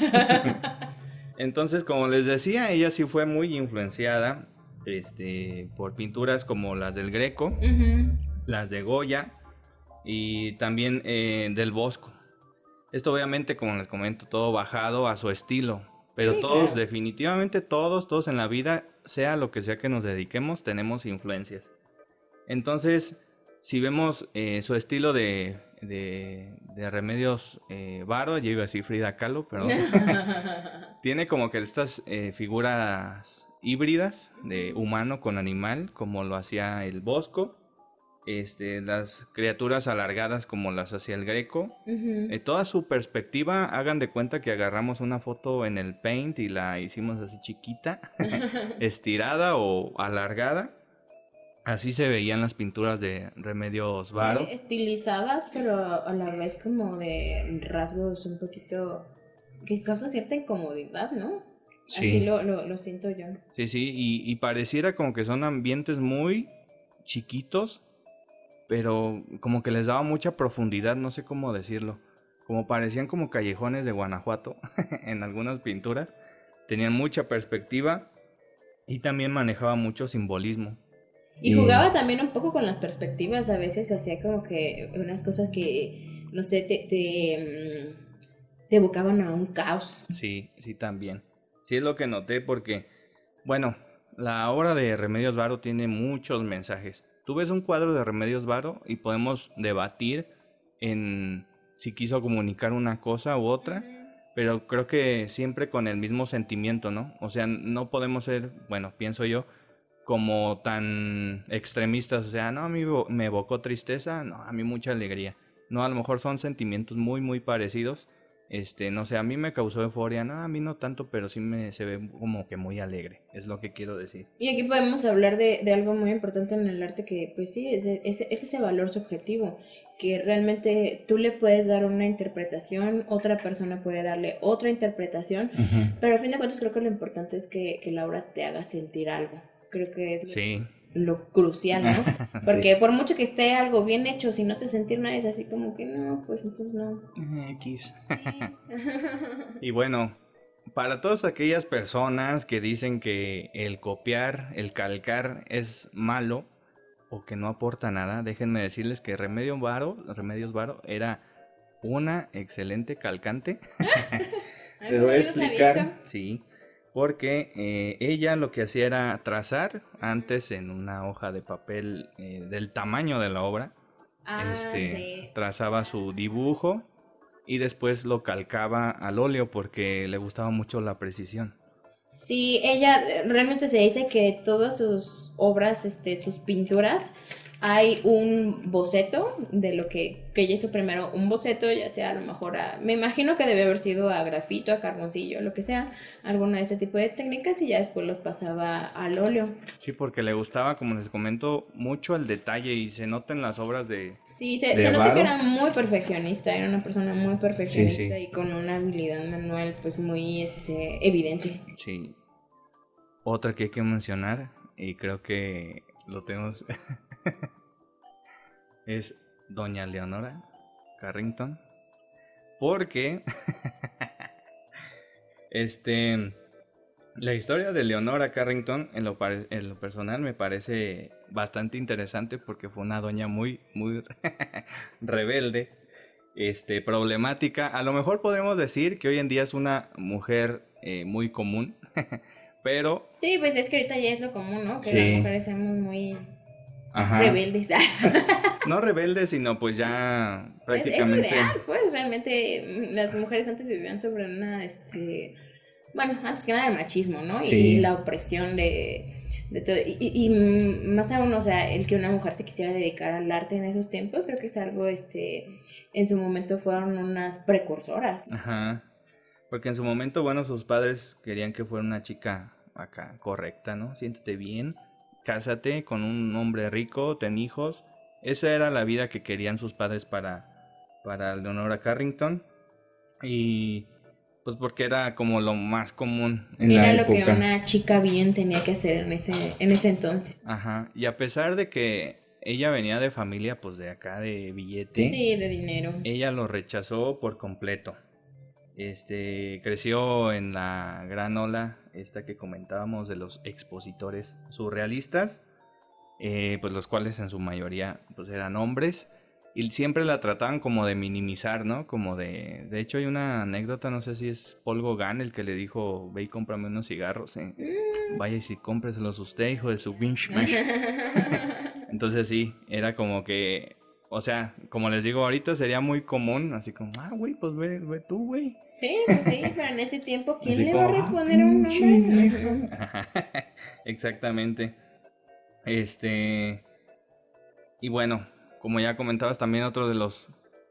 Entonces, como les decía, ella sí fue muy influenciada por pinturas como las del Greco, las de Goya y también del Bosco. Esto obviamente, como les comento, todo bajado a su estilo. Pero Sí, todos, claro. definitivamente todos en la vida, sea lo que sea que nos dediquemos, tenemos influencias. Entonces, si vemos su estilo de Remedios Varo, yo iba a decir Frida Kahlo, perdón. Tiene como que estas figuras híbridas de humano con animal, como lo hacía el Bosco. Las criaturas alargadas como las hacía el Greco. Toda su perspectiva, hagan de cuenta que agarramos una foto en el Paint y la hicimos así chiquita, estirada o alargada. Así se veían las pinturas de Remedios Varo. Sí, estilizadas, pero a la vez como de rasgos un poquito que causan cierta incomodidad, ¿no? Sí. Así lo siento yo. Sí, y pareciera como que son ambientes muy chiquitos, pero como que les daba mucha profundidad, no sé cómo decirlo. Como parecían como callejones de Guanajuato en algunas pinturas. Tenían mucha perspectiva y también manejaba mucho simbolismo. Y jugaba también un poco con las perspectivas, a veces hacía como que unas cosas que, no sé, te evocaban a un caos. Sí, también. Sí es lo que noté porque, bueno, la obra de Remedios Varo tiene muchos mensajes. Tú ves un cuadro de Remedios Varo y podemos debatir en si quiso comunicar una cosa u otra, pero creo que siempre con el mismo sentimiento, ¿no? O sea, no podemos ser, bueno, pienso yo, como tan extremistas. O sea, no, a mí me evocó tristeza, no, a mí mucha alegría. No, a lo mejor son sentimientos muy, muy parecidos. No sé, a mí me causó euforia, no, a mí no tanto, pero sí se ve como que muy alegre, es lo que quiero decir. Y aquí podemos hablar de algo muy importante en el arte que, pues sí, es ese valor subjetivo, que realmente tú le puedes dar una interpretación, otra persona puede darle otra interpretación, pero a fin de cuentas creo que lo importante es que la obra te haga sentir algo. Creo que es lo crucial, ¿no? Porque por mucho que esté algo bien hecho, si no te sentir nada es así como que no, pues entonces no. X. Y bueno, para todas aquellas personas que dicen que el copiar, el calcar es malo o que no aporta nada, déjenme decirles que Remedios Varo era una excelente calcante. Les voy a explicar. Sí. Porque ella lo que hacía era trazar antes en una hoja de papel del tamaño de la obra. Sí. Trazaba su dibujo y después lo calcaba al óleo porque le gustaba mucho la precisión. Sí, ella realmente se dice que todas sus obras, sus pinturas, hay un boceto de lo que ella hizo primero, un boceto, ya sea a lo mejor me imagino que debe haber sido a grafito, a carboncillo, lo que sea, alguna de ese tipo de técnicas, y ya después los pasaba al óleo. Sí, porque le gustaba, como les comento, mucho el detalle y se nota en las obras de Sí, se nota que era muy perfeccionista, era una persona muy perfeccionista, sí. Y con una habilidad manual pues muy evidente. Sí. Otra que hay que mencionar, y creo que lo tenemos es doña Leonora Carrington, porque la historia de Leonora Carrington en lo personal me parece bastante interesante porque fue una doña muy rebelde, problemática. A lo mejor podemos decir que hoy en día es una mujer muy común, pero... Sí, pues es que ahorita ya es lo común, ¿no? Que sí, las mujeres seamos muy ajá, rebeldes. no rebeldes, sino pues ya prácticamente... Es lo ideal, pues realmente las mujeres antes vivían sobre una, bueno, antes que nada el machismo, ¿no? Sí. Y la opresión de todo. Y más aún, o sea, el que una mujer se quisiera dedicar al arte en esos tiempos, creo que es algo, en su momento fueron unas precursoras. Ajá. Porque en su momento, bueno, sus padres querían que fuera una chica acá correcta, ¿no? Siéntete bien, cásate con un hombre rico, ten hijos. Esa era la vida que querían sus padres para Leonora Carrington. Y pues porque era como lo más común en la época. Era lo que una chica bien tenía que hacer en ese entonces. Ajá. Y a pesar de que ella venía de familia, pues de acá, de billete. Sí, de dinero. Ella lo rechazó por completo. Creció en la gran ola esta que comentábamos de los expositores surrealistas, pues los cuales en su mayoría pues eran hombres y siempre la trataban como de minimizar, ¿no? Como de hecho hay una anécdota, no sé si es Paul Gauguin el que le dijo, ve y cómprame unos cigarros, vaya y si cómpreselos usted, hijo de su pinche. Entonces sí, era como que, o sea, como les digo ahorita sería muy común, así como, güey, pues ve tú, güey. Sí, pues sí, pero en ese tiempo, ¿quién así le como, va a responder a un hombre? Exactamente. Y bueno, como ya comentabas, también otro de los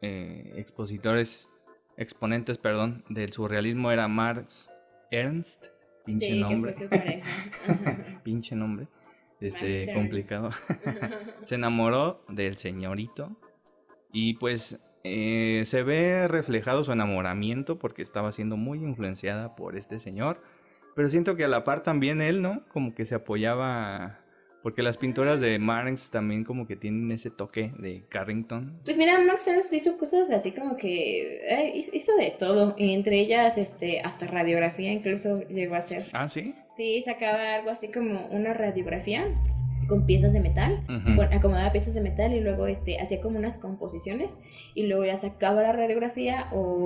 exponentes, del surrealismo era Max Ernst. Pinche sí, nombre. que fue su pareja. Pinche nombre. Max Complicado. Se enamoró del señorito y pues se ve reflejado su enamoramiento porque estaba siendo muy influenciada por este señor, pero siento que a la par también él, ¿no? Como que se apoyaba, porque las pinturas de Marx también como que tienen ese toque de Carrington. Pues mira, Max Ernst hizo cosas así como que hizo de todo, entre ellas hasta radiografía incluso llegó a hacer. Ah, ¿sí? Sí, sacaba algo así como una radiografía con piezas de metal, acomodaba piezas de metal y luego hacía como unas composiciones y luego ya sacaba la radiografía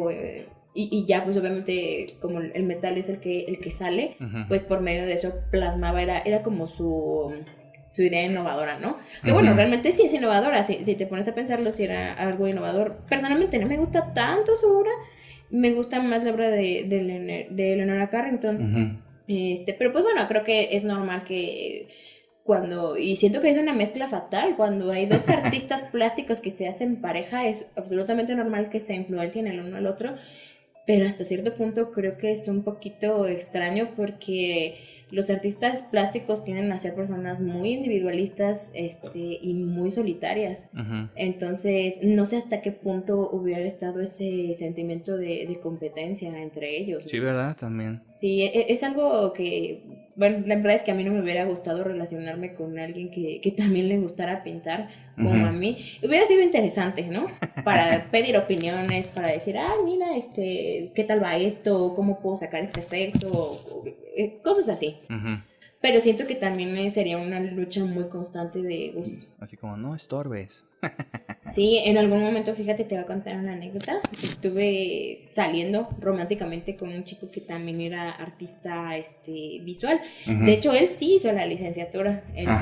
y ya pues obviamente como el metal es el que sale, pues por medio de eso plasmaba, era como su idea innovadora, ¿no? Que bueno, realmente sí es innovadora, si te pones a pensarlo, sí era algo innovador. Personalmente no me gusta tanto su obra, me gusta más la obra de Leonora Carrington. Pero pues bueno, creo que es normal que y siento que es una mezcla fatal, cuando hay dos artistas plásticos que se hacen pareja, es absolutamente normal que se influencien el uno al otro, pero hasta cierto punto creo que es un poquito extraño porque los artistas plásticos tienden a ser personas muy individualistas y muy solitarias. Entonces no sé hasta qué punto hubiera estado ese sentimiento de competencia entre ellos, ¿no? Sí, ¿verdad? También. Sí, es algo que, bueno, la verdad es que a mí no me hubiera gustado relacionarme con alguien que también le gustara pintar como a mí. Hubiera sido interesante, ¿no? Para pedir opiniones, para decir, mira, ¿qué tal va esto? ¿Cómo puedo sacar este efecto? Cosas así. Pero siento que también sería una lucha muy constante de gustos. Así como, no estorbes. Sí, en algún momento, fíjate, te voy a contar una anécdota. Estuve saliendo románticamente con un chico que también era artista visual. De hecho, él sí hizo la licenciatura.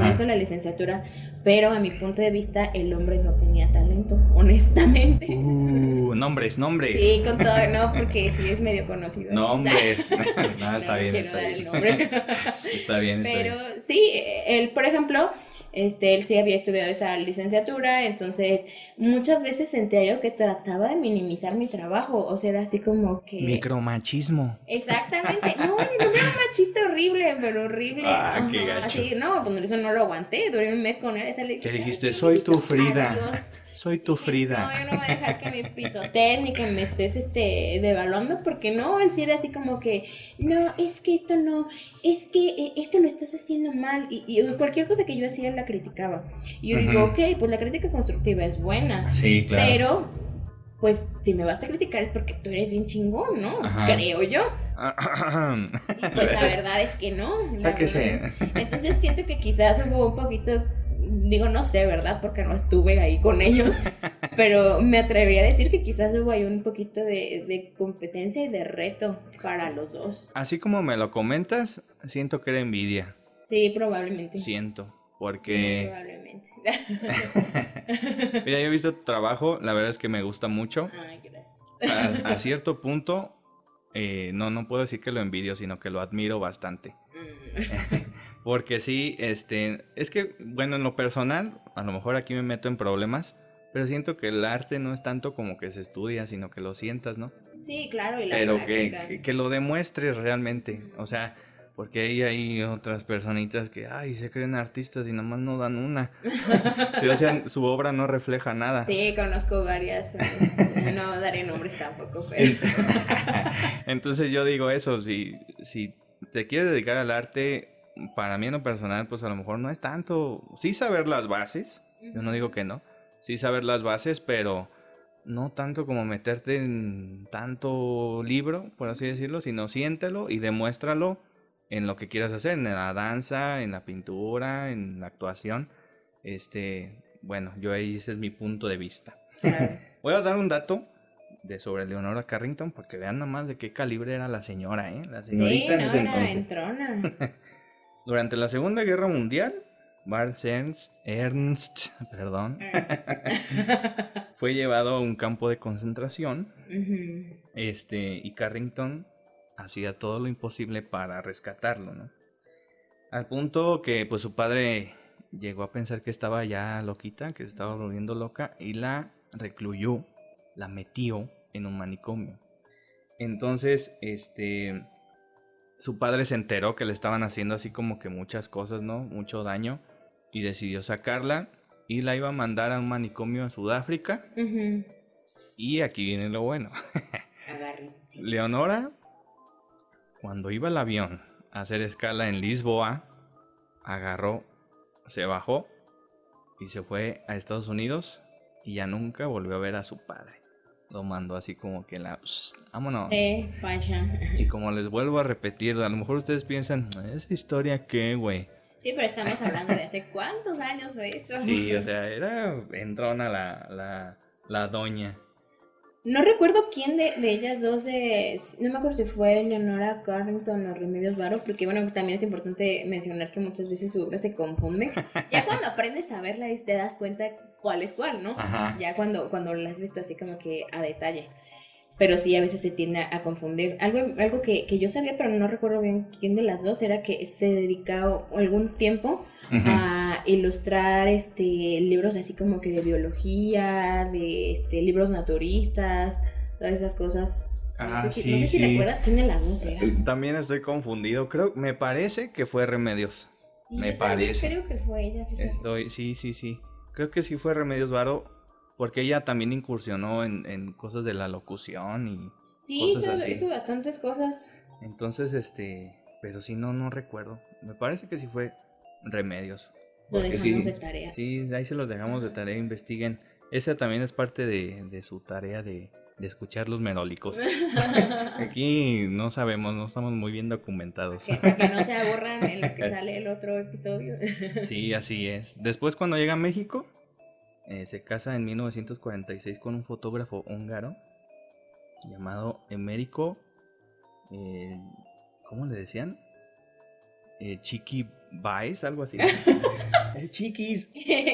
Pero a mi punto de vista, el hombre no tenía talento, honestamente. Nombres. Sí, con todo, no, porque sí es medio conocido. Nombres. No, está bien, quiero está dar bien. el nombre. Está bien. Pero sí, él, por ejemplo, él sí había estudiado esa licenciatura, entonces muchas veces sentía yo que trataba de minimizar mi trabajo, o sea, era así como que... Micromachismo. Exactamente, no, era un machista horrible, pero horrible. Qué gacho. Así, no, pues eso no lo aguanté, duré un mes con él, esa ¿Qué dijiste? Soy tu Frida. Adiós. Soy tu Dije, Frida. no, yo no voy a dejar que me pisoteen ni que me estés devaluando, porque no, él sí era así como que, no, es que esto no, es que esto lo estás haciendo mal, y cualquier cosa que yo hacía la criticaba. Y yo digo, ok, pues la crítica constructiva es buena, Sí, claro. pero, pues, si me vas a criticar es porque tú eres bien chingón, ¿no? Ajá. Creo yo. Y pues la verdad es que no. Sáquese. Entonces siento que quizás hubo un poquito, digo, no sé, ¿verdad? Porque no estuve ahí con ellos, pero me atrevería a decir que quizás hubo ahí un poquito de competencia y de reto para los dos. Así como me lo comentas, siento que era envidia. Sí, probablemente. Siento, porque... Probablemente. Mira, yo he visto tu trabajo, la verdad es que me gusta mucho. Ay, gracias. A cierto punto, no puedo decir que lo envidio, sino que lo admiro bastante. Porque sí, es que, bueno, en lo personal, a lo mejor aquí me meto en problemas, pero siento que el arte no es tanto como que se estudia, sino que lo sientas, ¿no? Sí, claro, y la Pero práctica. que lo demuestres realmente, o sea, porque hay otras personitas que, se creen artistas y nada más no dan una. O sea, su obra no refleja nada. Sí, conozco varias, no daré nombres tampoco, pero... Entonces yo digo eso, si te quieres dedicar al arte, para mí en lo personal, pues a lo mejor no es tanto, sí saber las bases, yo no digo que no, sí saber las bases, pero no tanto como meterte en tanto libro, por así decirlo, sino siéntelo y demuéstralo en lo que quieras hacer, en la danza, en la pintura, en la actuación. Bueno, yo ahí ese es mi punto de vista. Claro. Voy a dar un dato sobre Leonora Carrington, porque vean nomás de qué calibre era la señora, La señorita Sí, en no, ese era entonces. entrona. Durante la Segunda Guerra Mundial, Ernst, fue llevado a un campo de concentración. Uh-huh. Y Carrington hacía todo lo imposible para rescatarlo, ¿no? Al punto que pues su padre llegó a pensar que estaba ya loquita, que se estaba volviendo loca, y la recluyó, la metió en un manicomio. Entonces, su padre se enteró que le estaban haciendo así como que muchas cosas, ¿no? Mucho daño, y decidió sacarla y la iba a mandar a un manicomio a Sudáfrica. Uh-huh. Y aquí viene lo bueno. Agárrense. Leonora, cuando iba al avión a hacer escala en Lisboa, se bajó y se fue a Estados Unidos y ya nunca volvió a ver a su padre. Lo mandó así como que vámonos. Pasha. Y como les vuelvo a repetir, a lo mejor ustedes piensan, ¿esa historia qué, güey? Sí, pero estamos hablando de hace cuántos años fue eso. Sí, o sea, era entrona la doña. No recuerdo quién de ellas dos, no me acuerdo si fue Leonora Carrington o Remedios Varo, porque bueno, también es importante mencionar que muchas veces su obra se confunde. Ya cuando aprendes a verla y te das cuenta cuál es cuál, ¿no? Ajá. Ya cuando la has visto así como que a detalle. Pero sí, a veces se tiende a confundir. Algo que yo sabía, pero no recuerdo bien quién de las dos, era que se dedicaba algún tiempo a ilustrar libros así como que de biología, de libros naturistas, todas esas cosas. No sé si recuerdas quién de las dos era. También estoy confundido. Me parece que fue Remedios. Sí, me parece. Creo que fue ella, fíjate. Sí. Creo que sí fue Remedios Varo. Porque ella también incursionó en cosas de la locución y sí, hizo bastantes cosas. Entonces, pero sí, no recuerdo. Me parece que sí fue Remedios. Lo dejamos de tarea. Sí, ahí se los dejamos de tarea, investiguen. Esa también es parte de su tarea de escuchar los merólicos. Aquí no sabemos, no estamos muy bien documentados. Para que no se aburran en lo que sale el otro episodio. Sí, así es. Después, cuando llega a México... se casa en 1946 con un fotógrafo húngaro llamado Emérico, ¿cómo le decían? Chiqui Baez, algo así. Chiquis.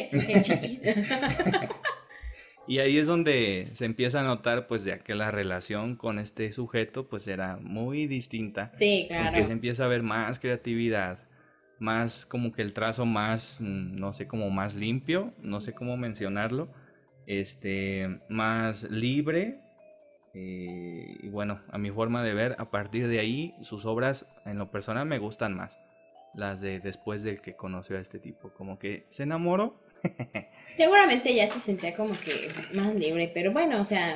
Y ahí es donde se empieza a notar pues ya que la relación con este sujeto pues era muy distinta. Sí, claro. Porque se empieza a ver más creatividad, más como que el trazo más, no sé, como más limpio, no sé cómo mencionarlo, más libre, y bueno, a mi forma de ver, a partir de ahí, sus obras en lo personal me gustan más, las de después de que conoció a este tipo, como que se enamoró, Seguramente ya se sentía como que más libre, pero bueno, o sea,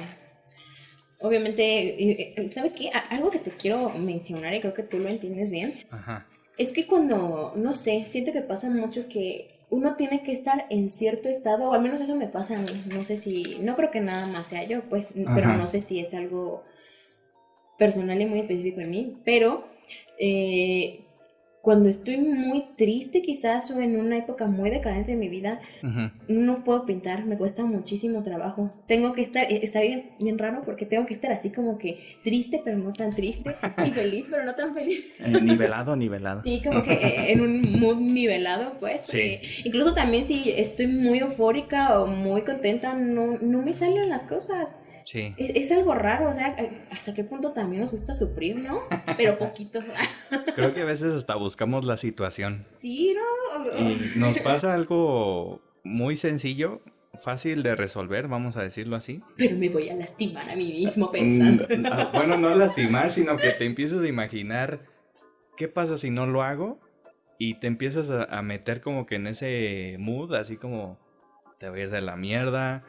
obviamente, ¿sabes qué? Algo que te quiero mencionar y creo que tú lo entiendes bien, Ajá. es que cuando, no sé, siento que pasa mucho que uno tiene que estar en cierto estado, o al menos eso me pasa a mí, no sé si, no creo que nada más sea yo, pues, pero no Ajá. sé si es algo personal y muy específico en mí, pero eh, cuando estoy muy triste quizás o en una época muy decadente de mi vida, Ujú. no puedo pintar, me cuesta muchísimo trabajo. Tengo que estar, está bien, bien raro porque tengo que estar así como que triste pero no tan triste y feliz pero no tan feliz. Nivelado, nivelado. Sí, como que en un mood nivelado, pues, porque Sí, incluso también si estoy muy eufórica o muy contenta, no me salen las cosas. sí. Es algo raro, o sea, hasta qué punto también nos gusta sufrir, ¿no? Pero poquito. Creo que a veces hasta buscamos la situación. Sí, ¿no? Y nos pasa algo muy sencillo, fácil de resolver, vamos a decirlo así. Pero me voy a lastimar a mí mismo pensando. Bueno, no lastimar, sino que te empiezas a imaginar qué pasa si no lo hago y te empiezas a meter como que en ese mood, así como te va a ir de la mierda,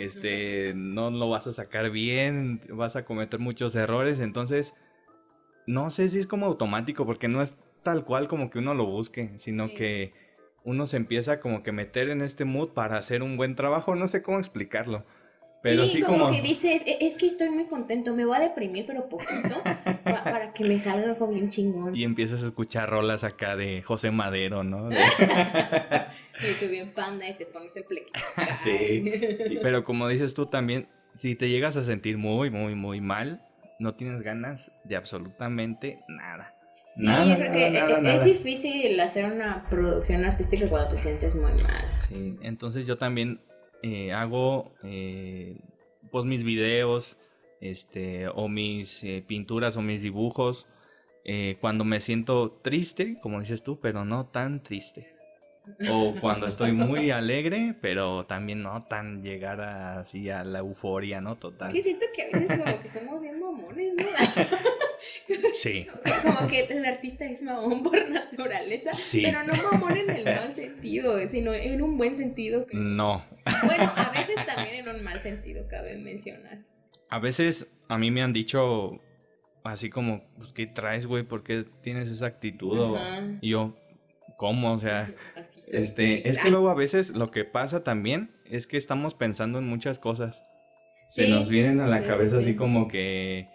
no lo vas a sacar bien, vas a cometer muchos errores, entonces no sé si es como automático, porque no es tal cual como que uno lo busque, sino Sí. que uno se empieza como que meter en este mood para hacer un buen trabajo, no sé cómo explicarlo, pero Sí, sí como que como... dices, es que estoy muy contento, me voy a deprimir, pero poquito, para que me salga algo bien chingón. Y empiezas a escuchar rolas acá de José Madero, ¿no? Y tú bien panda y te pones el flequito acá. Sí, pero como dices tú también, si te llegas a sentir muy, muy, muy mal, no tienes ganas de absolutamente nada. Sí, yo Nada, creo nada, que nada, es nada. difícil hacer una producción artística cuando te sientes muy mal. Sí, entonces yo también hago pues mis videos, o mis pinturas o mis dibujos cuando me siento triste, como dices tú, pero no tan triste. O cuando estoy muy alegre, pero también no tan llegar así a la euforia, ¿no? Es Total. que siento que a veces como que somos bien mamones, ¿no? Sí, Como que el artista es mamón por naturaleza, sí, pero no mamón en el mal sentido, sino en un buen sentido, creo. no. Bueno, a veces también en un mal sentido, cabe mencionar. A veces a mí me han dicho así como, pues, ¿qué traes, güey? ¿Por qué tienes esa actitud? Ajá. Y yo, ¿cómo? O sea, Así soy, porque... es que luego a veces lo que pasa también es que estamos pensando en muchas cosas. Se nos Sí, vienen a la sí, sí, cabeza así sí. como que,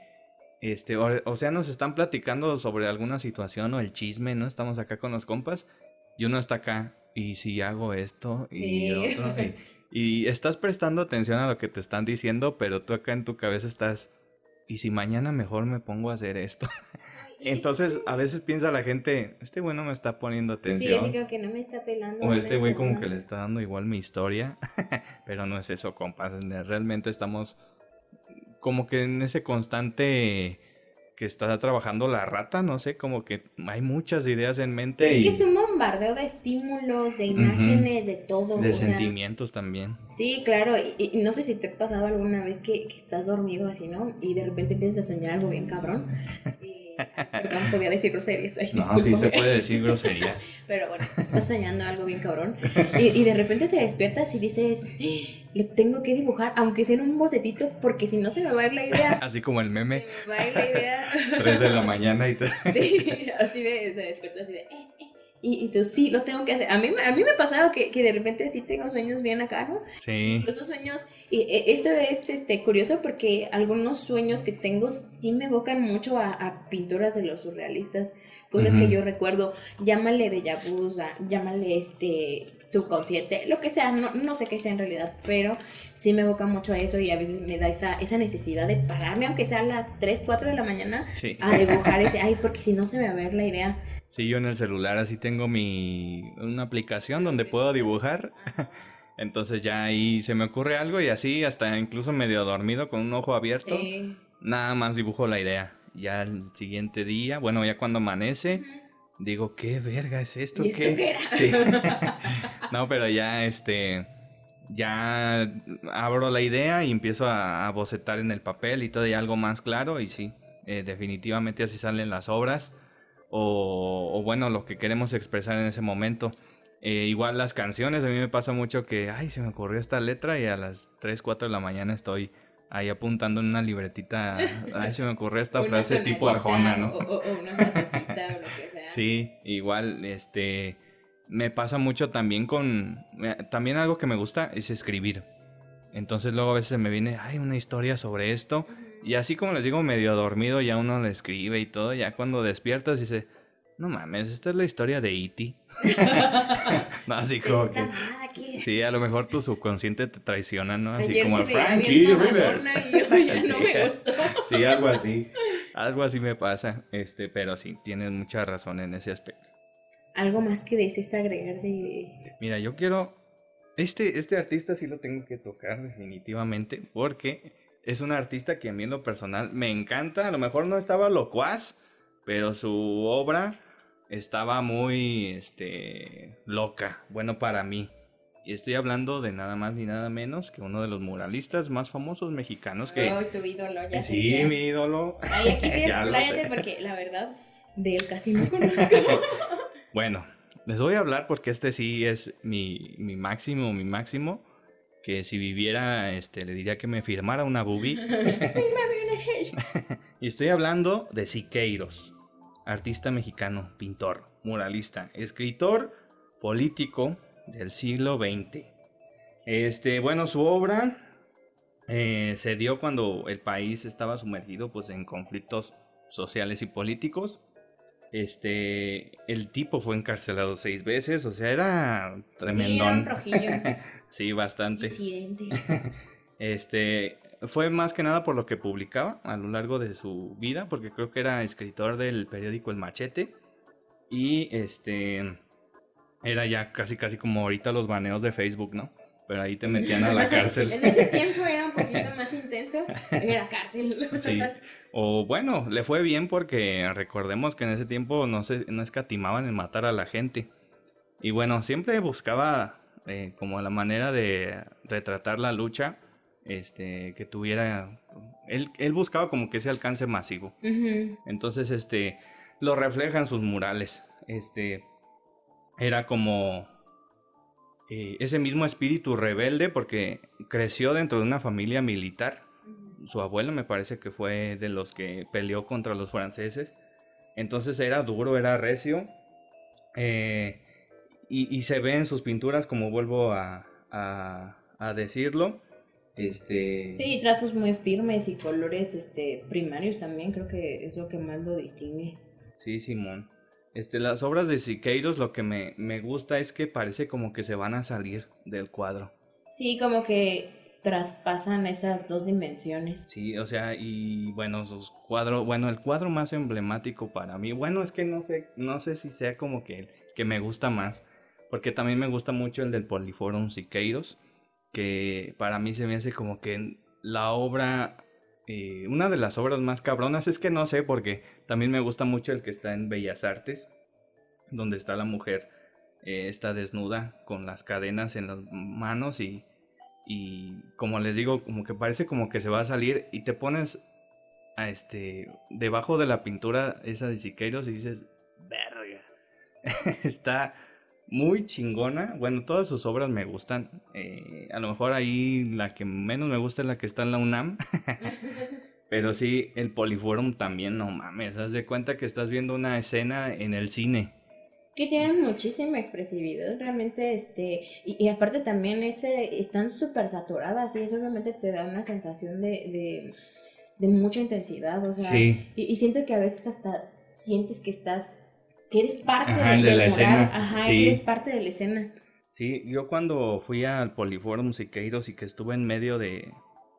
o sea, nos están platicando sobre alguna situación o el chisme, ¿no? Estamos acá con los compas y uno está acá, y si hago esto y Sí. otro, y estás prestando atención a lo que te están diciendo, pero tú acá en tu cabeza estás, ¿y si mañana mejor me pongo a hacer esto? No, y yo creo Entonces, a que... veces piensa la gente, este güey no me está poniendo Sí, así atención, como que no me está pelando, o anda este en su güey como que onda. le está dando igual mi historia, pero no es eso, compas. Realmente estamos como que en ese constante que está trabajando la rata, no sé, como que hay muchas ideas en mente Es que es y un bombardeo de estímulos, de ujú, imágenes, de todo, de o sea... sentimientos también. Sí, claro, y no sé si te ha pasado alguna vez que estás dormido así, ¿no? Y de repente empiezas a soñar algo bien cabrón. Perdón, podía decir groserías, ay, No, sí se discúlpame. puede decir groserías. Pero bueno, estás soñando algo bien cabrón. Y de repente te despiertas y dices, lo tengo que dibujar, aunque sea en un bocetito, porque si no se me va a ir la idea. Así como el Se meme, me va a ir la idea. 3 de la mañana y te... Sí, así de despiertas así de, Y tú sí, lo tengo que hacer. A mí me ha pasado que de repente sí tengo sueños bien acá, ¿no? Sí. Incluso sueños, esto es curioso porque algunos sueños que tengo sí me evocan mucho a pinturas de los surrealistas, cosas que Ujú. yo recuerdo, llámale déjà vu, llámale subconsciente, lo que sea, no sé qué sea en realidad, pero sí me evoca mucho a eso y a veces me da esa necesidad de pararme, aunque sea a las 3 4 de la mañana, Sí. a dibujar ay, porque si no se me va a ver la idea. Sí, yo en el celular así tengo una aplicación donde puedo dibujar. Entonces ya ahí se me ocurre algo y así hasta incluso medio dormido con un ojo abierto, nada más dibujo la idea. Ya el siguiente día, bueno, ya cuando amanece, digo, ¿qué verga es esto? ¿Y esto ¿Qué? qué era? Sí. No, pero ya ya abro la idea y empiezo a bocetar en el papel y todo y algo más claro y sí, definitivamente así salen las obras o bueno, lo que queremos expresar en ese momento. Igual las canciones, a mí me pasa mucho que, ay, se me ocurrió esta letra y a las 3, 4 de la mañana estoy ahí apuntando en una libretita, ay, se me ocurrió esta frase tipo Arjona, ¿no? O una frasecita o lo que sea. Sí, igual, me pasa mucho también también algo que me gusta es escribir. Entonces luego a veces me viene, ay, una historia sobre esto. Y así como les digo, medio dormido, ya uno le escribe y todo. Ya cuando despiertas dice, no mames, esta es la historia de E.T. No, así como que... Sí, a lo mejor tu subconsciente te traiciona, ¿no? Así Ayer como se a veía Frankie bien Rivers. mamadona y yo ya no me gustó. Sí, algo así. Algo así me pasa. Pero sí, tienes mucha razón en ese aspecto. Algo más que desees agregar de... Mira, yo quiero... Este artista sí lo tengo que tocar definitivamente porque es un artista que a mí en lo personal me encanta. A lo mejor no estaba locuaz, pero su obra estaba muy loca, bueno para mí. Y estoy hablando de nada más ni nada menos que uno de los muralistas más famosos mexicanos que... Oh, tu ídolo, ya sé. Sí, mi ídolo. Ay, aquí sí expláyate porque la verdad de él casi no conozco. Bueno, les voy a hablar porque este sí es mi máximo, que si viviera, le diría que me firmara una boobie. Y estoy hablando de Siqueiros, artista mexicano, pintor, muralista, escritor, político del siglo XX. Bueno, su obra se dio cuando el país estaba sumergido pues en conflictos sociales y políticos. El tipo fue encarcelado 6 veces, o sea, era tremendón. Sí, era un rojillo. Sí, bastante. Incidente. Fue más que nada por lo que publicaba a lo largo de su vida, porque creo que era escritor del periódico El Machete. Y era ya casi como ahorita los baneos de Facebook, ¿no? Pero ahí te metían a la cárcel. En ese tiempo era un poquito más intenso, era cárcel. Sí. O bueno, le fue bien porque recordemos que en ese tiempo no escatimaban en matar a la gente. Y bueno, siempre buscaba como la manera de retratar la lucha que tuviera... Él buscaba como que ese alcance masivo. Uh-huh. Entonces, lo refleja en sus murales. Era como... ese mismo espíritu rebelde porque creció dentro de una familia militar. Su abuelo me parece que fue de los que peleó contra los franceses. Entonces era duro, era recio. Y se ve en sus pinturas, como vuelvo a decirlo. Sí, trazos muy firmes y colores primarios también, creo que es lo que más lo distingue. Sí, Simón. Las obras de Siqueiros lo que me gusta es que parece como que se van a salir del cuadro. Sí, como que traspasan esas dos dimensiones. Sí, o sea, y bueno, sus cuadros, bueno, el cuadro más emblemático para mí, bueno, es que no sé si sea como que me gusta más, porque también me gusta mucho el del Poliforum Siqueiros, que para mí se me hace como que la obra... una de las obras más cabronas, es que no sé, porque también me gusta mucho el que está en Bellas Artes, donde está la mujer, está desnuda con las cadenas en las manos y como les digo, como que parece como que se va a salir y te pones a debajo de la pintura esa de Siqueiros y dices, verga, está muy chingona. Bueno, todas sus obras me gustan. A lo mejor ahí la que menos me gusta es la que está en la UNAM. Pero sí, el Poliforum también, no mames. Haz de cuenta que estás viendo una escena en el cine. Es que tienen muchísima expresividad, realmente, y aparte también están súper saturadas y eso obviamente te da una sensación de mucha intensidad, o sea, sí. Y siento que a veces hasta sientes que eres parte de la escena. Ajá, sí. Que eres parte de la escena. Sí, yo cuando fui al Poliforum Siqueiros y que estuve en medio del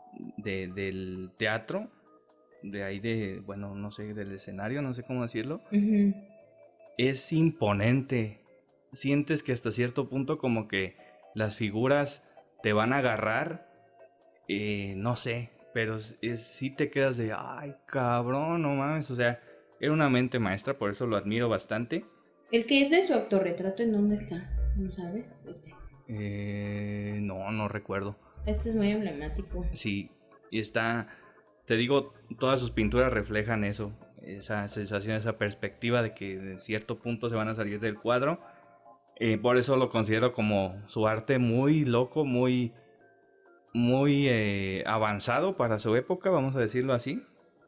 teatro, de ahí bueno, no sé, del escenario, no sé cómo decirlo, uh-huh. Es imponente. Sientes que hasta cierto punto como que las figuras te van a agarrar, no sé, pero sí te quedas de, ay, cabrón, no mames, o sea, era una mente maestra, por eso lo admiro bastante. ¿El que es de su autorretrato en dónde está? ¿No sabes? No recuerdo. Este es muy emblemático. Sí, y está, te digo, todas sus pinturas reflejan eso. Esa sensación, esa perspectiva de que en cierto punto se van a salir del cuadro. Por eso lo considero como su arte muy loco, muy avanzado para su época, vamos a decirlo así.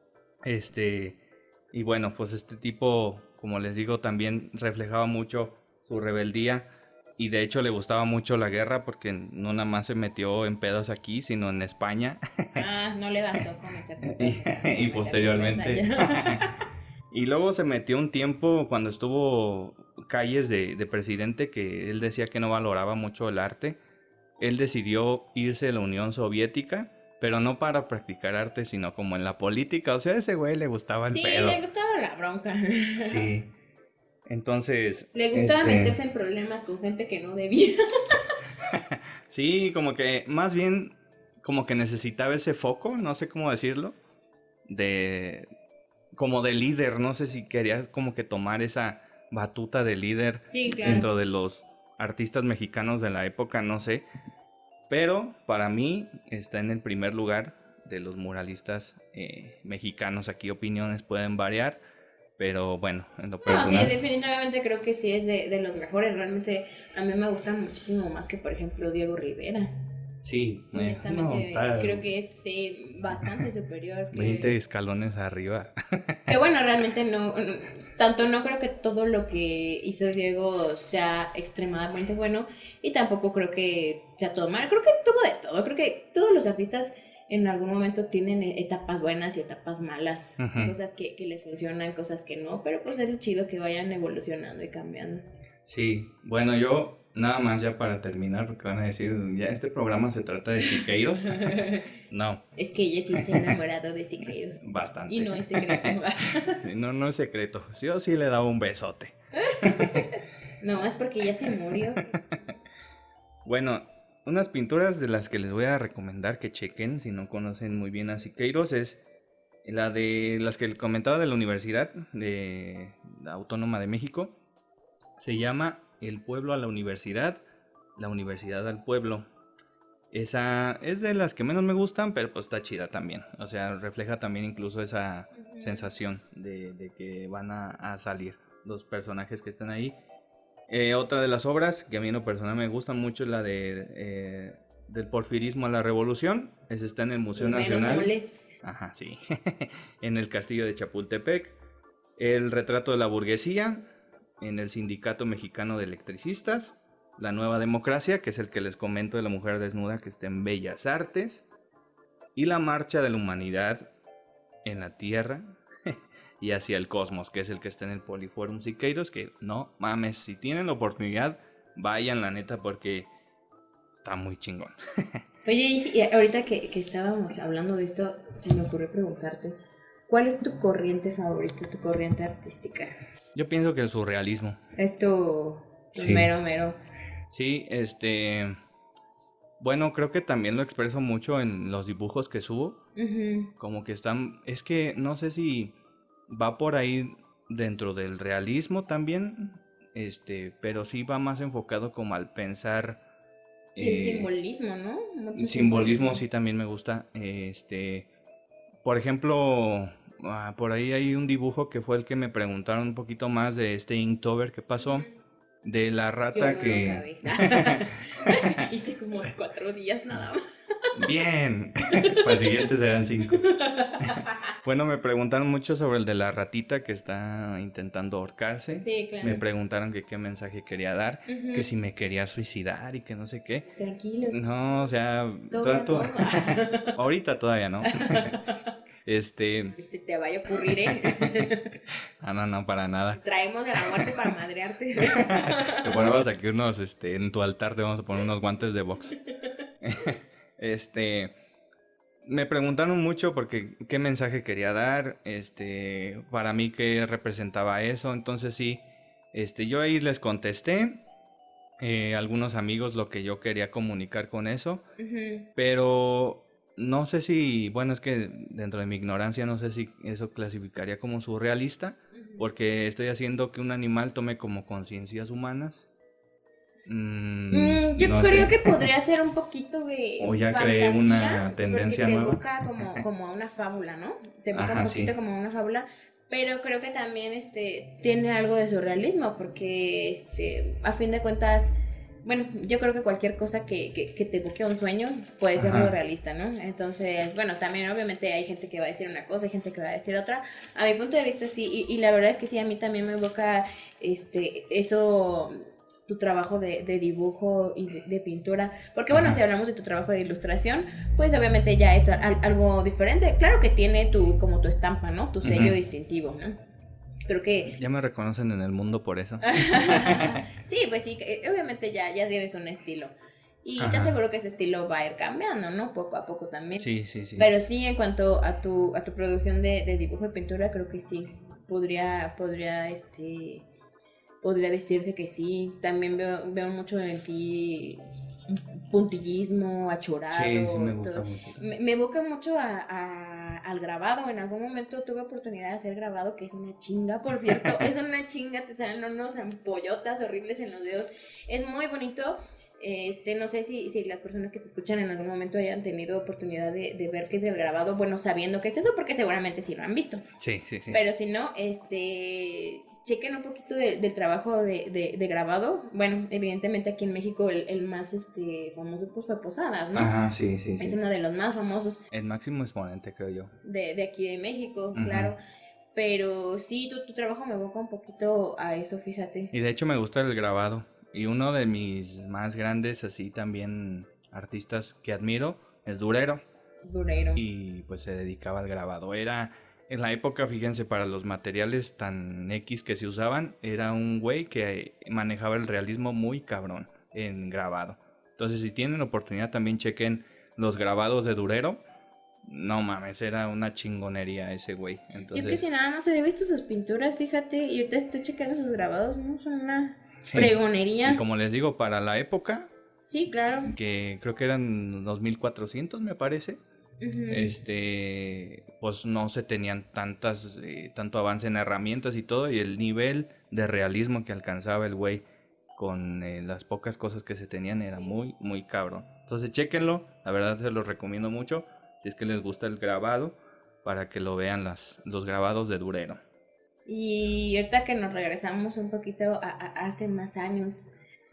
Y bueno, pues este tipo, como les digo, también reflejaba mucho su rebeldía y de hecho le gustaba mucho la guerra porque no nada más se metió en pedos aquí, sino en España. No le bastó con meterse y posteriormente. Y luego se metió un tiempo cuando estuvo Calles de presidente, que él decía que no valoraba mucho el arte. Él decidió irse de la Unión Soviética, pero no para practicar arte, sino como en la política. O sea, a ese güey le gustaba el pedo. Sí, le gustaba la bronca. Sí. Entonces... Le gustaba meterse en problemas con gente que no debía. Sí, como que más bien como que necesitaba ese foco, no sé cómo decirlo, como de líder, no sé si quería como que tomar esa batuta de líder dentro de los artistas mexicanos de la época, no sé. Pero para mí está en el primer lugar de los muralistas mexicanos. Aquí opiniones pueden variar, pero bueno, en lo personal. Sí, definitivamente creo que sí es de los mejores. Realmente a mí me gusta muchísimo más que, por ejemplo, Diego Rivera. Sí, honestamente creo que es bastante superior. 20 escalones arriba. Que bueno, realmente no creo que todo lo que hizo Diego sea extremadamente bueno y tampoco creo que sea todo mal. Creo que tuvo de todo. Creo que todos los artistas en algún momento tienen etapas buenas y etapas malas, cosas que les funcionan, cosas que no, pero pues es chido que vayan evolucionando y cambiando. Sí, bueno, yo nada más ya para terminar, porque van a decir, ya este programa se trata de Siqueiros. No. Es que ella sí está enamorado de Siqueiros. Bastante. Y no es secreto. No es secreto. Yo sí le daba un besote. No, es porque ya se murió. Bueno, unas pinturas de las que les voy a recomendar que chequen si no conocen muy bien a Siqueiros es la de las que comentaba de la Universidad de la Autónoma de México. Se llama El pueblo a la universidad, la universidad al pueblo. Esa es de las que menos me gustan, pero pues está chida también. O sea, refleja también incluso esa sensación de que van a salir los personajes que están ahí. Otra de las obras que a mí en lo personal me gustan mucho es la del porfirismo a la revolución. Esa está en el Museo Nacional. Ajá, sí. En el Castillo de Chapultepec. El retrato de la burguesía en el Sindicato Mexicano de Electricistas. La Nueva Democracia, que es el que les comento de la mujer desnuda que está en Bellas Artes. Y la Marcha de la Humanidad en la Tierra y hacia el cosmos, que es el que está en el Poliforum Siqueiros, que no mames, si tienen la oportunidad, vayan la neta porque está muy chingón. Oye, y ahorita que estábamos hablando de esto, se me ocurrió preguntarte, ¿cuál es tu corriente favorita, tu corriente artística? Yo pienso que el surrealismo. Es tu Sí. mero. Sí, bueno, creo que también lo expreso mucho en los dibujos que subo. Como que están, es que no sé si va por ahí dentro del realismo también, pero sí va más enfocado como al pensar. Y el simbolismo, ¿no? Mucho simbolismo sí también me gusta. Por ejemplo, por ahí hay un dibujo que fue el que me preguntaron un poquito más de Inktober que pasó. De la rata. Yo no que... Hice como 4 días nada más. Bien. Para el siguiente serán 5. Bueno, me preguntaron mucho sobre el de la ratita que está intentando ahorcarse. Sí, claro. Me preguntaron que qué mensaje quería dar, que si me quería suicidar y que no sé qué. Tranquilo. No, o sea, trato. Ahorita todavía no. Se te vaya a ocurrir, No, para nada. Traemos de la muerte para madrearte. Te ponemos aquí en tu altar te vamos a poner unos guantes de box. Me preguntaron mucho porque qué mensaje quería dar, para mí qué representaba eso, entonces sí, yo ahí les contesté, algunos amigos lo que yo quería comunicar con eso, pero no sé si, bueno, es que dentro de mi ignorancia no sé si eso clasificaría como surrealista, porque estoy haciendo que un animal tome como conciencias humanas. Yo creo que podría ser un poquito de o ya creé una tendencia te nueva. Te evoca como a una fábula, ¿no? Te evoca un poquito como a una fábula, Pero creo que también tiene algo de surrealismo, porque a fin de cuentas, bueno, yo creo que cualquier cosa que te evoque un sueño puede ser muy realista, ¿no? Entonces, bueno, también obviamente hay gente que va a decir una cosa, hay gente que va a decir otra. A mi punto de vista sí, y la verdad es que sí, a mí también me evoca eso, tu trabajo de dibujo y de pintura, porque bueno, si hablamos de tu trabajo de ilustración, pues obviamente ya es algo diferente. Claro que tiene como tu estampa, ¿no? Tu sello distintivo, ¿no? Creo que... Ya me reconocen en el mundo por eso. Sí, pues sí, obviamente ya tienes un estilo. Y te aseguro que ese estilo va a ir cambiando, ¿no? Poco a poco también. Sí. Pero sí, en cuanto a tu producción de dibujo y pintura, creo que sí. Podría decirse que sí. También veo mucho en ti puntillismo, achorado. Sí, me gusta mucho. Me evoca mucho al grabado. En algún momento tuve oportunidad de hacer grabado, que es una chinga, por cierto. Es una chinga, te salen unos ampollotas horribles en los dedos. Es muy bonito. No sé si las personas que te escuchan en algún momento hayan tenido oportunidad de ver qué es el grabado, bueno, sabiendo qué es eso, porque seguramente sí lo han visto. Sí. Pero si no, chequen un poquito del trabajo de grabado. Bueno, evidentemente aquí en México el más famoso pues fue Posadas, ¿no? Ajá, sí. Es uno de los más famosos. El máximo exponente, creo yo. De aquí de México, claro. Pero sí, tu trabajo me evoca un poquito a eso, fíjate. Y de hecho me gusta el grabado. Y uno de mis más grandes, así también, artistas que admiro, es Durero. Y pues se dedicaba al grabado. Era, en la época, fíjense, para los materiales tan X que se usaban, era un güey que manejaba el realismo muy cabrón en grabado. Entonces, si tienen oportunidad, también chequen los grabados de Durero. No mames, era una chingonería ese güey. Entonces, yo que si nada más había visto sus pinturas, fíjate, y ahorita estoy checando sus grabados, ¿no? Son una fregonería. Y como les digo, para la época, sí, claro, que creo que eran 2400, me parece. Pues no se tenían tanto avance en herramientas y todo, y el nivel de realismo que alcanzaba el güey con las pocas cosas que se tenían era muy, muy cabrón. Entonces chéquenlo, la verdad se los recomiendo mucho, si es que les gusta el grabado, para que lo vean los grabados de Durero. Y ahorita que nos regresamos un poquito a hace más años,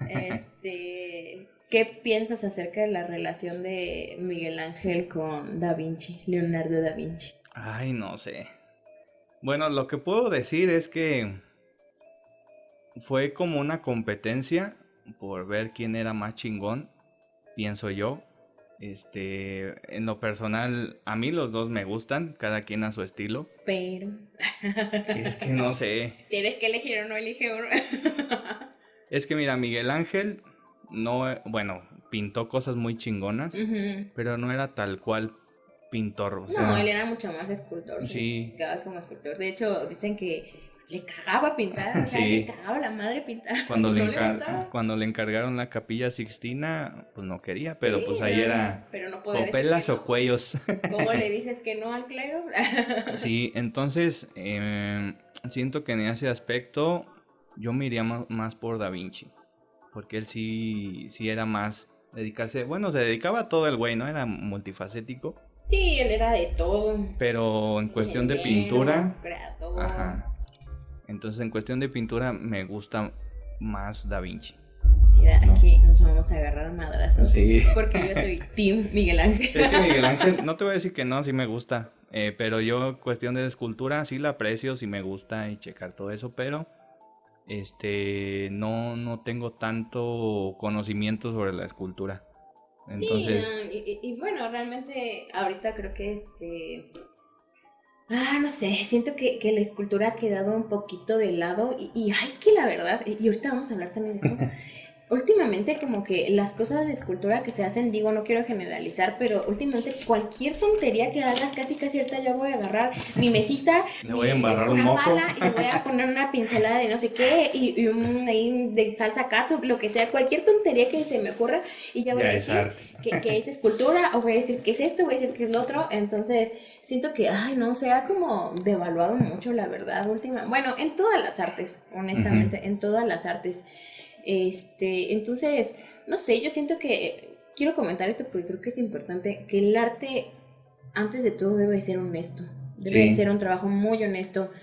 ¿qué piensas acerca de la relación de Miguel Ángel con Da Vinci, Leonardo da Vinci? Ay, no sé. Bueno, lo que puedo decir es que fue como una competencia por ver quién era más chingón, pienso yo. En lo personal, a mí los dos me gustan, cada quien a su estilo. Pero... es que no sé. Tienes que elegir uno, elige uno. Es que mira, Miguel Ángel, bueno, pintó cosas muy chingonas, pero no era tal cual pintor. O sea, no, él era mucho más escultor. Sí. Quedaba como escultor. De hecho, dicen que le cagaba pintar, o sea, le cagaba la madre pintar. Cuando, cuando le encargaron la Capilla Sixtina, pues no quería, pero sí, pues ahí era pero no o pelas o cuellos. ¿Cómo le dices que no al clero? Sí, entonces siento que en ese aspecto yo me iría más por Da Vinci, porque él sí era más dedicarse, bueno, se dedicaba a todo el güey, ¿no? Era multifacético. Sí, él era de todo. Pero en cuestión de pintura, creador. Ajá. Entonces, en cuestión de pintura, me gusta más Da Vinci. Mira, aquí nos vamos a agarrar madrazos. Sí. Porque yo soy Team Miguel Ángel. Es que Miguel Ángel, no te voy a decir que no, sí me gusta. Pero yo, cuestión de escultura, sí la aprecio, sí me gusta y checar todo eso. Pero, no tengo tanto conocimiento sobre la escultura. Entonces... Sí, y bueno, realmente ahorita creo que no sé, siento que la escultura ha quedado un poquito de lado y es que la verdad, y ahorita vamos a hablar también de esto, últimamente como que las cosas de escultura que se hacen, digo, no quiero generalizar, pero últimamente cualquier tontería que hagas, casi ahorita yo voy a agarrar mi mesita, le voy a embarrar una un moco pala y le voy a poner una pincelada de no sé qué y ahí de salsa catsup, lo que sea, cualquier tontería que se me ocurra y ya voy a decir que es escultura o voy a decir que es esto, voy a decir que es lo otro. Entonces siento que, no, se ha como devaluado mucho, la verdad, bueno, en todas las artes, honestamente, en todas las artes. Entonces, no sé, yo siento que quiero comentar esto porque creo que es importante, que el arte, antes de todo, debe ser honesto, debe ser un trabajo muy honesto.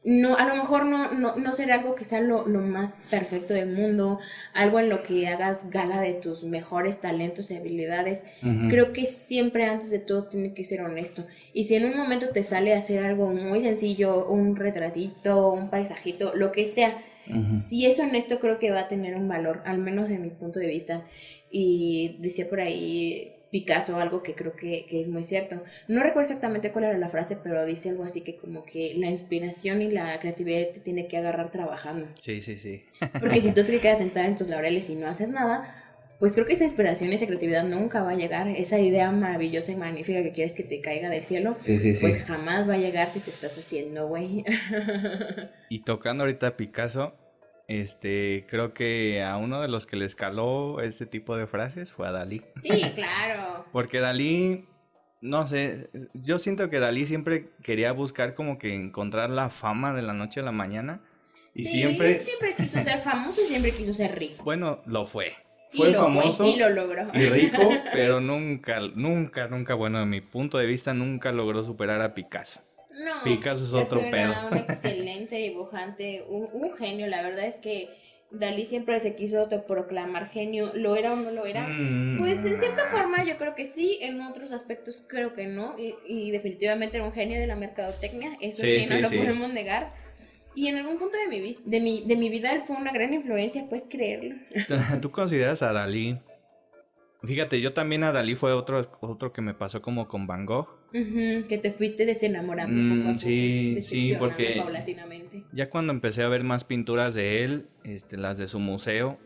no, a lo mejor no será algo que sea lo más perfecto del mundo, algo en lo que hagas gala de tus mejores talentos y habilidades. Ujú, Creo que siempre antes de todo tiene que ser honesto. Y si en un momento te sale a hacer algo muy sencillo, un retratito, un paisajito, lo que sea, ujú. si es honesto creo que va a tener un valor, al menos de mi punto de vista. Y decía por ahí Picasso algo que creo que es muy cierto. No recuerdo exactamente cuál era la frase, pero dice algo así que como que la inspiración y la creatividad te tiene que agarrar trabajando. Sí, sí, sí. Porque si tú te quedas sentada en tus laureles y no haces nada, pues creo que esa inspiración y esa creatividad nunca va a llegar. Esa idea maravillosa y magnífica que quieres que te caiga del cielo, Sí, sí, pues sí. jamás va a llegar si te estás haciendo, güey. Y tocando ahorita a Picasso, creo que a uno de los que le escaló ese tipo de frases fue a Dalí. Sí, claro. Porque Dalí, no sé, yo siento que Dalí siempre quería buscar como que encontrar la fama de la noche a la mañana. Y Sí, siempre, siempre quiso ser famoso y siempre quiso ser rico. bueno, lo fue. Y Fue lo fue, famoso y lo logró. y rico, pero nunca, nunca, nunca, bueno, de mi punto de vista, nunca logró superar a Picasso. No, Picasso es Picasso otro pedo. era un excelente dibujante, un genio. La verdad es que Dalí siempre se quiso autoproclamar genio. ¿Lo era o no lo era? Pues en cierta forma yo creo que sí, en otros aspectos creo que no. Y definitivamente era un genio de la mercadotecnia, eso Sí, sí, no sí, lo sí. podemos negar. Y en algún punto de mi vida él fue una gran influencia, puedes creerlo. ¿Tú consideras a Dalí? Fíjate, yo también a Dalí fue otro que me pasó como con Van Gogh. Ujú, que te fuiste desenamorando poco a poco, Sí, sí, decepcionando porque paulatinamente. ya cuando empecé a ver más pinturas de él, las de su museo,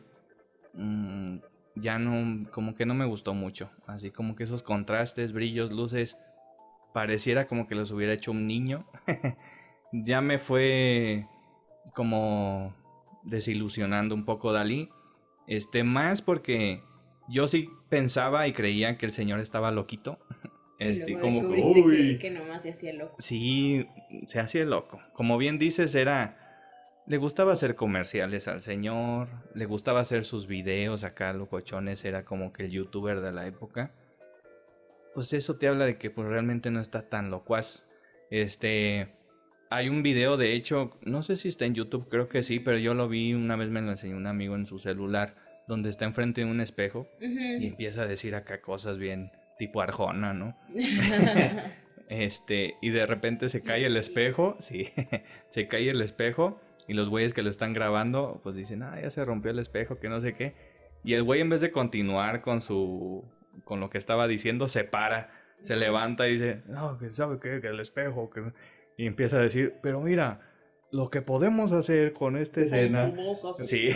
ya no, como que no me gustó mucho. Así como que esos contrastes, brillos, luces, pareciera como que los hubiera hecho un niño. Ya me fue como desilusionando un poco Dalí. Más porque yo sí pensaba y creía que el señor estaba loquito. Y luego Como que, descubriste uy, que nomás se hacía loco. sí, se hacía loco. Como bien dices, le gustaba hacer comerciales al señor, le gustaba hacer sus videos acá, locochones, era como que el youtuber de la época. Pues eso te habla de que pues realmente no está tan locuaz. Hay un video, de hecho, no sé si está en YouTube, creo que sí, pero yo lo vi una vez, me lo enseñó un amigo en su celular, donde está enfrente de un espejo y Ujú. empieza a decir acá cosas bien tipo Arjona, ¿no? Y de repente se cae el Sí. espejo, sí, se cae el espejo y los güeyes que lo están grabando pues dicen, ya se rompió el espejo, que no sé qué. Y el güey en vez de continuar con lo que estaba diciendo, se para, se levanta y dice, no, que sabe qué, que el espejo, que... Y empieza a decir, pero mira, lo que podemos hacer con esta escena, sí,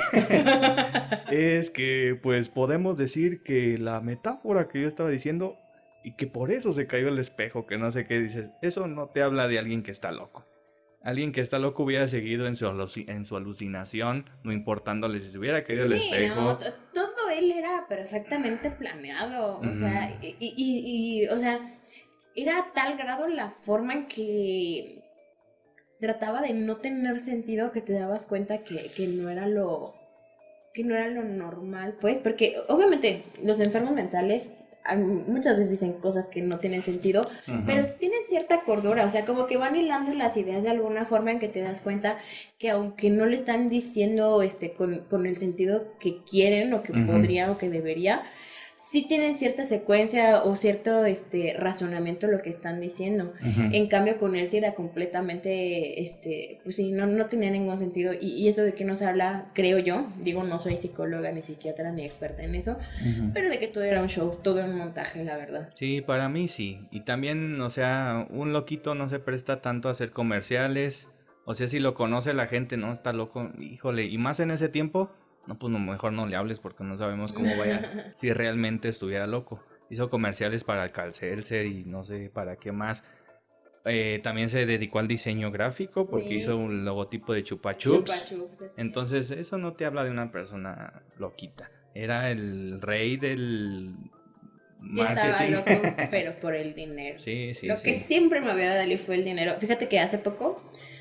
es que pues podemos decir que la metáfora que yo estaba diciendo y que por eso se cayó el espejo, que no sé qué dices, eso no te habla de alguien que está loco. Alguien que está loco hubiera seguido en su alucinación, no importándole si se hubiera caído el Sí, no, espejo. todo él era perfectamente planeado, o sea, Ujú. o sea, era a tal grado la forma en que trataba de no tener sentido que te dabas cuenta que no era que no era lo normal, pues, porque obviamente los enfermos mentales muchas veces dicen cosas que no tienen sentido, pero Ujú. tienen cierta cordura, o sea, como que van hilando las ideas de alguna forma en que te das cuenta que aunque no le están diciendo con el sentido que quieren o que Ujú. podría o que debería, sí tienen cierta secuencia o cierto razonamiento lo que están diciendo. Ujú. En cambio con él sí era completamente pues sí, no tenía ningún sentido y eso de que nos habla, creo yo, digo, no soy psicóloga ni psiquiatra ni experta en eso, Ujú. pero de que todo era un show, todo era un montaje, la verdad. Sí, para mí sí. Y también, o sea, un loquito no se presta tanto a hacer comerciales. O sea, si lo conoce la gente, ¿no? Está loco, híjole. Y más en ese tiempo, no, pues mejor no le hables porque no sabemos cómo vaya si realmente estuviera loco. Hizo comerciales para Calcelser y no sé para qué más. También se dedicó al diseño gráfico porque hizo Sí, un logotipo de Chupa chupa Chups. chups, así es. Entonces, eso no te habla de una persona loquita. Era el rey del Sí estaba marketing. loco, pero por el dinero. Sí, sí, Lo que sí. siempre me había dado fue el dinero. Fíjate que hace poco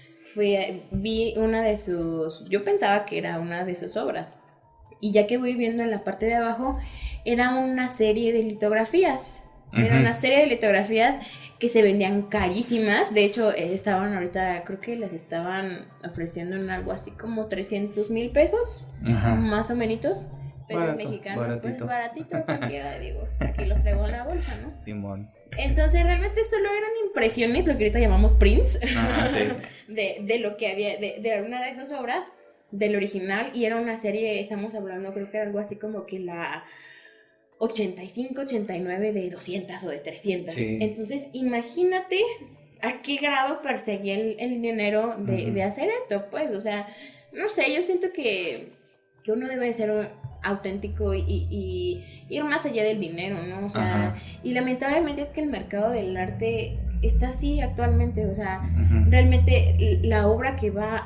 vi una de sus, yo pensaba que era una de sus obras. Y ya que voy viendo en la parte de abajo, era una serie de litografías. Era una serie de litografías que se vendían carísimas. De hecho, estaban ahorita, creo que las estaban ofreciendo en algo así como 300,000 pesos, más o menos. Pesos mexicanos, baratito. Pues baratito, cualquiera, digo. Aquí los traigo en la bolsa, ¿no? Simón. Entonces, realmente solo eran impresiones, lo que ahorita llamamos prints, sí. de lo que había, de alguna de esas obras, del original. Y era una serie, estamos hablando, creo que era algo así como que la 85, 89 de 200 o de 300. Sí. Entonces, imagínate a qué grado perseguía el dinero de hacer esto, pues. O sea, no sé, yo siento que uno debe ser auténtico y ir más allá del dinero, ¿no? O sea, y lamentablemente es que el mercado del arte está así actualmente. O sea, realmente la obra que va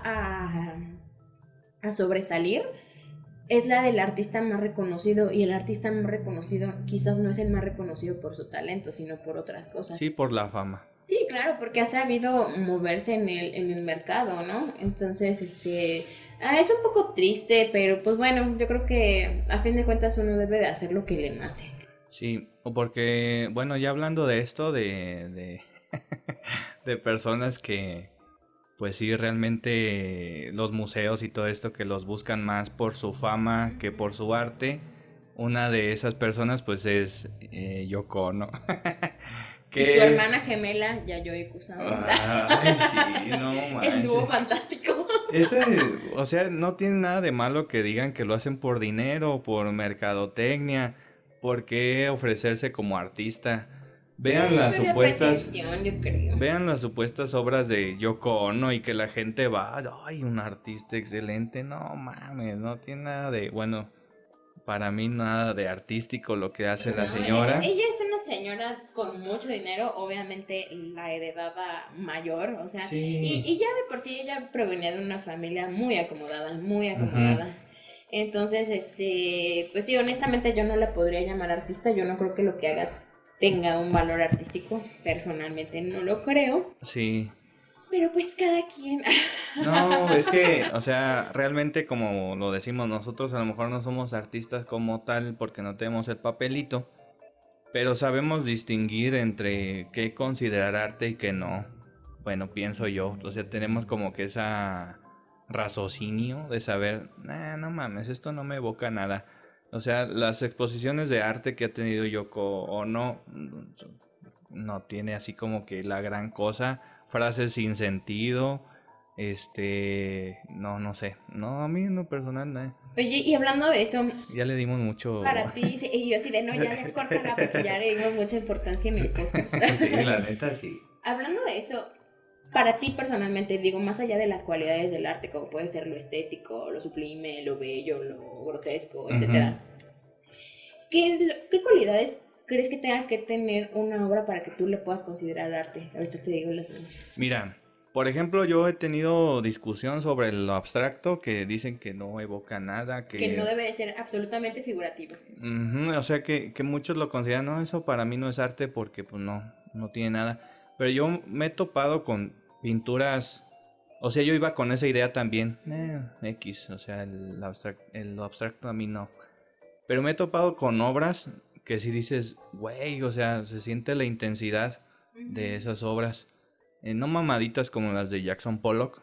a sobresalir es la del artista más reconocido, y el artista más reconocido quizás no es el más reconocido por su talento, sino por otras cosas. Sí, por la fama. Sí, claro, porque ha sabido moverse en el mercado, ¿no? Entonces, es un poco triste, pero pues bueno, yo creo que a fin de cuentas uno debe de hacer lo que le nace. Sí, porque, bueno, ya hablando de esto, de personas que, pues sí, realmente los museos y todo esto que los buscan más por su fama que por su arte. Una de esas personas pues es Yoko Ono. Y su hermana gemela, Yayoi Kusama. Ay, sí, no manches. El dúo fantástico. O sea, no tiene nada de malo que digan que lo hacen por dinero, por mercadotecnia. ¿Por qué ofrecerse como artista? Vean las supuestas, yo creo. Vean las supuestas obras de Yoko Ono y que la gente va, ay, un artista excelente. No mames, no tiene nada de, bueno, para mí nada de artístico lo que hace la señora. Ella es una señora con mucho dinero, obviamente la heredada mayor, o sea, sí. y ya de por sí ella provenía de una familia muy acomodada. Entonces, pues sí, honestamente yo no la podría llamar artista. Yo no creo que lo que haga tenga un valor artístico, personalmente no lo creo. Sí. Pero pues cada quien. No, es que, o sea, realmente como lo decimos nosotros, a lo mejor no somos artistas como tal porque no tenemos el papelito, pero sabemos distinguir entre qué considerar arte y qué no. Bueno, pienso yo, o sea, tenemos como que esa raciocinio de saber, no mames, esto no me evoca nada. O sea, las exposiciones de arte que ha tenido Yoko Ono no tiene así como que la gran cosa, frases sin sentido, no sé, no, a mí en lo personal, no. Oye, y hablando de eso, ya le dimos mucho para ti, y yo así de no, ya córtala porque ya le dimos mucha importancia en el podcast. Sí, la neta sí. Hablando de eso, para ti personalmente, digo, más allá de las cualidades del arte, como puede ser lo estético, lo sublime, lo bello, lo grotesco, etcétera, ¿qué cualidades crees que tenga que tener una obra para que tú le puedas considerar arte? Ahorita te digo las demás. Mira, por ejemplo, yo he tenido discusión sobre lo abstracto, que dicen que no evoca nada, que no debe de ser absolutamente figurativo. O sea, que muchos lo consideran, no, eso para mí no es arte porque pues no tiene nada. Pero yo me he topado con pinturas, o sea, yo iba con esa idea también, X, o sea, lo abstracto a mí no. Pero me he topado con obras que si dices, güey, o sea, se siente la intensidad de esas obras. No mamaditas como las de Jackson Pollock.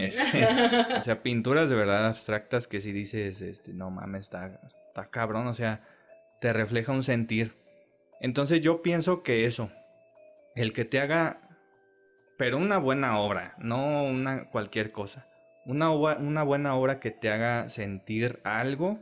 O sea, pinturas de verdad abstractas que si dices, no mames, está cabrón, o sea, te refleja un sentir. Entonces yo pienso que eso, el que te haga, pero una buena obra, no una cualquier cosa. Una buena obra que te haga sentir algo.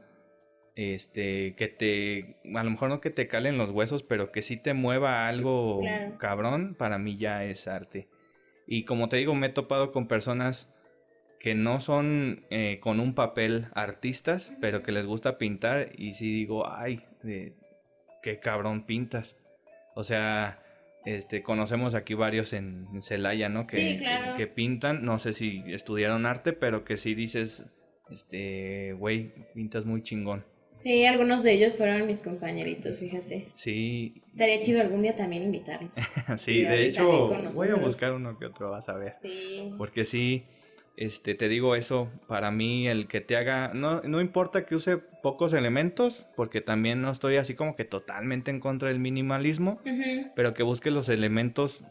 Que te, a lo mejor no que te calen los huesos, pero que sí te mueva algo, claro, cabrón, para mí ya es arte. Y como te digo, me he topado con personas que no son con un papel artistas, pero que les gusta pintar, y sí digo, ay, qué cabrón pintas. O sea, conocemos aquí varios en Celaya, ¿no? Sí, claro. Que pintan, no sé si estudiaron arte, pero que sí dices, güey, pintas muy chingón. Sí, algunos de ellos fueron mis compañeritos, fíjate. Sí. Estaría chido algún día también invitarlo. Sí, de hecho, voy a buscar uno que otro, vas a ver. Sí. Porque sí, te digo eso, para mí el que te haga, no importa que use pocos elementos, porque también no estoy así como que totalmente en contra del minimalismo, pero que busque los elementos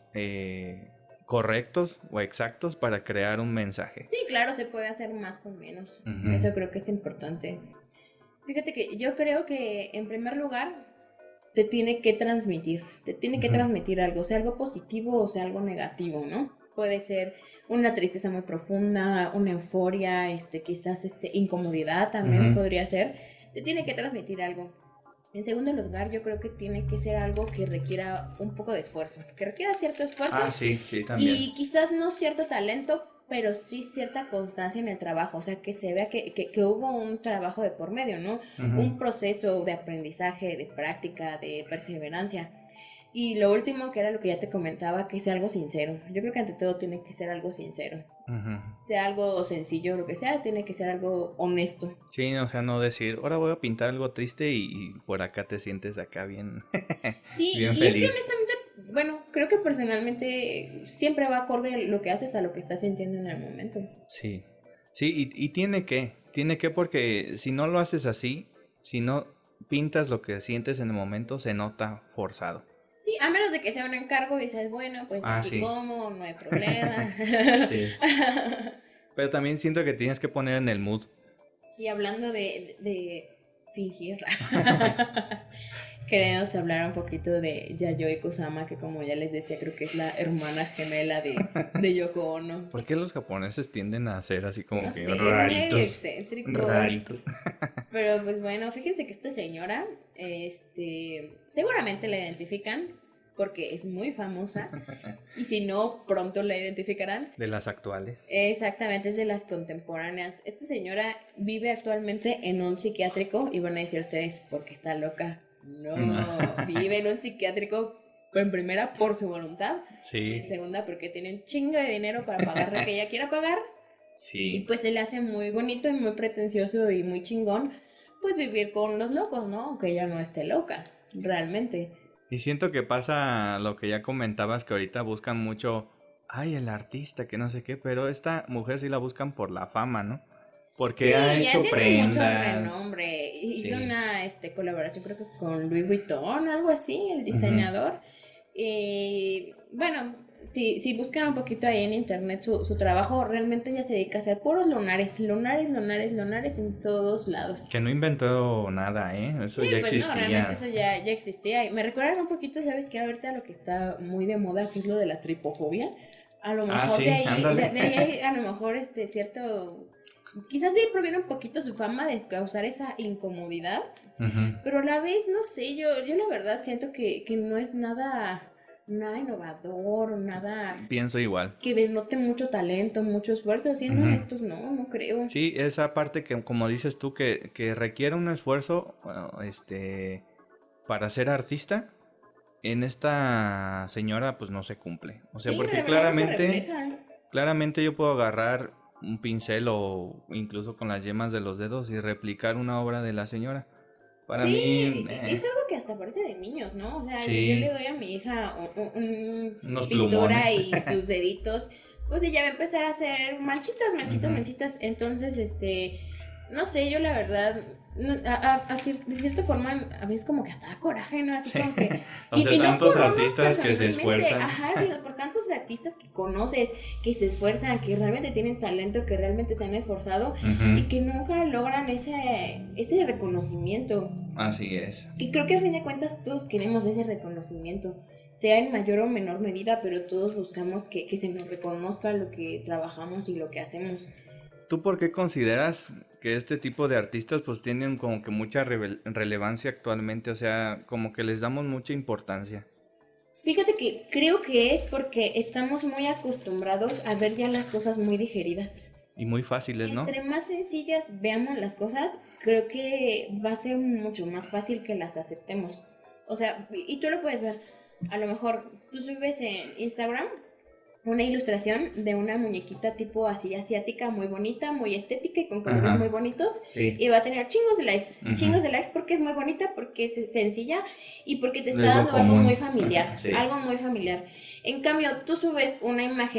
correctos o exactos para crear un mensaje. Sí, claro, se puede hacer más con menos. Eso creo que es importante. Fíjate que yo creo que en primer lugar te tiene que transmitir algo, sea algo positivo o sea algo negativo, ¿no? Puede ser una tristeza muy profunda, una euforia, quizás incomodidad también podría ser. Te tiene que transmitir algo. En segundo lugar, yo creo que tiene que ser algo que requiera un poco de esfuerzo, que requiera cierto esfuerzo. Ah, sí, también. Y quizás no cierto talento, pero sí cierta constancia en el trabajo, o sea, que se vea que hubo un trabajo de por medio, ¿no? Un proceso de aprendizaje, de práctica, de perseverancia. Y lo último, que era lo que ya te comentaba, que sea algo sincero. Yo creo que ante todo tiene que ser algo sincero. Sea algo sencillo, lo que sea, tiene que ser algo honesto. Sí, o sea, no decir, ahora voy a pintar algo triste y por acá te sientes acá bien, sí, bien feliz. Es que honestamente, bueno, creo que personalmente siempre va acorde lo que haces a lo que estás sintiendo en el momento. Sí, y tiene que porque si no lo haces así, si no pintas lo que sientes en el momento, se nota forzado. Sí, a menos de que sea un encargo, dices, bueno, pues aquí sí. como, no hay problema. Sí. Pero también siento que tienes que poner en el mood. Y hablando de fingir, queremos hablar un poquito de Yayoi Kusama, que como ya les decía, creo que es la hermana gemela de Yoko Ono. ¿Por qué los japoneses tienden a ser así como no que sé, raritos? Excéntricos. Raritos. Pero pues bueno, fíjense que esta señora, seguramente la identifican porque es muy famosa. Y si no, pronto la identificarán. De las actuales. Exactamente, es de las contemporáneas. Esta señora vive actualmente en un psiquiátrico y van a decir ustedes, ¿por qué está loca? No, vive en un psiquiátrico en primera por su voluntad. Sí. En segunda porque tiene un chingo de dinero para pagar lo que ella quiera pagar. Sí. Y pues se le hace muy bonito y muy pretencioso y muy chingón pues vivir con los locos, ¿no? Aunque ella no esté loca, realmente. Y siento que pasa lo que ya comentabas, que ahorita buscan mucho, ay, el artista, que no sé qué, pero esta mujer sí la buscan por la fama, ¿no? Porque sí, ha hecho prendas. Mucho renombre. Hizo una colaboración creo que con Louis Vuitton, algo así, el diseñador. Y bueno, si buscan un poquito ahí en internet su trabajo, realmente ella se dedica a hacer puros lunares en todos lados. Que no inventó nada, eso ya existía. No, realmente eso ya existía. Y me recuerdan un poquito, ¿sabes qué? Ahorita lo que está muy de moda, que es lo de la tripofobia. A lo mejor sí, de ahí a lo mejor cierto... Quizás de ahí proviene un poquito su fama de causar esa incomodidad. Pero a la vez, no sé, yo la verdad siento que no es nada innovador, nada... Pienso igual. Que denote mucho talento, mucho esfuerzo. Siendo honestos, no creo. Sí, esa parte que, como dices tú, que requiere un esfuerzo, para ser artista, en esta señora pues no se cumple. O sea, porque claramente yo puedo agarrar un pincel o incluso con las yemas de los dedos y replicar una obra de la señora. Para mí... es algo que hasta parece de niños, ¿no? O sea, si yo le doy a mi hija unos pintura plumones y sus deditos, pues ella va a empezar a hacer manchitas. Entonces, no sé, yo la verdad... de cierta forma, a veces como que hasta da coraje, ¿no? Así como que... o sea, tantos artistas que se esfuerzan. Sino por tantos artistas que conoces, que se esfuerzan, que realmente tienen talento, que realmente se han esforzado y que nunca logran ese reconocimiento. Así es. Y creo que a fin de cuentas todos queremos ese reconocimiento, sea en mayor o menor medida, pero todos buscamos que se nos reconozca lo que trabajamos y lo que hacemos. ¿Tú por qué consideras que este tipo de artistas pues tienen como que mucha relevancia actualmente? O sea, como que les damos mucha importancia. Fíjate que creo que es porque estamos muy acostumbrados a ver ya las cosas muy digeridas. Y muy fáciles, ¿no? Entre más sencillas veamos las cosas, creo que va a ser mucho más fácil que las aceptemos. O sea, y tú lo puedes ver. A lo mejor tú subes en Instagram una ilustración de una muñequita tipo así asiática, muy bonita, muy estética y con colores muy bonitos. Sí. Y va a tener chingos de likes porque es muy bonita, porque es sencilla y porque te está dando algo muy familiar. Sí. Algo muy familiar. En cambio, tú subes una imagen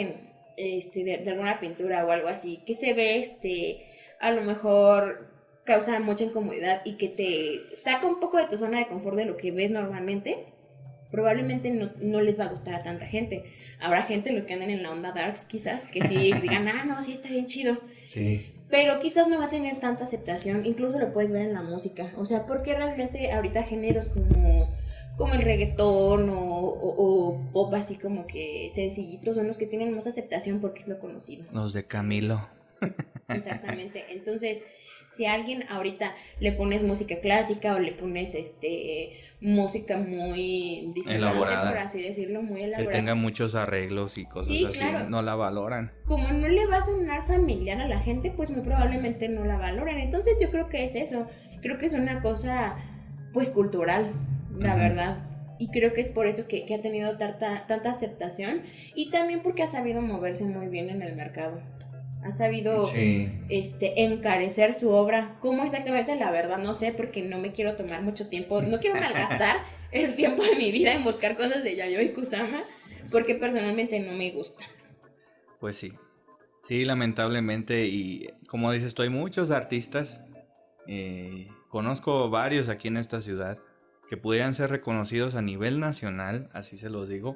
de alguna pintura o algo así, que se ve, a lo mejor causa mucha incomodidad y que te saca un poco de tu zona de confort de lo que ves normalmente, probablemente no les va a gustar a tanta gente. Habrá gente, los que andan en la onda darks quizás, que sí digan, no, sí, está bien chido. Sí. Pero quizás no va a tener tanta aceptación, incluso lo puedes ver en la música. O sea, porque realmente ahorita géneros como el reggaetón o pop así como que sencillitos son los que tienen más aceptación porque es lo conocido. Los de Camilo. Exactamente. Entonces, si a alguien ahorita le pones música clásica o le pones música muy disonante, por así decirlo, muy elaborada, que tenga muchos arreglos y cosas así, claro, no la valoran. Como no le va a sonar familiar a la gente, pues muy probablemente no la valoran. Entonces yo creo que es eso. Creo que es una cosa pues cultural, la verdad. Y creo que es por eso que ha tenido tanta aceptación y también porque ha sabido moverse muy bien en el mercado. Ha sabido encarecer su obra. ¿Cómo exactamente? La verdad no sé, porque no me quiero tomar mucho tiempo. No quiero malgastar el tiempo de mi vida en buscar cosas de Yayoi Kusama, porque personalmente no me gusta. Pues sí, lamentablemente. Y como dices tú, hay muchos artistas. Conozco varios aquí en esta ciudad que pudieran ser reconocidos a nivel nacional, así se los digo.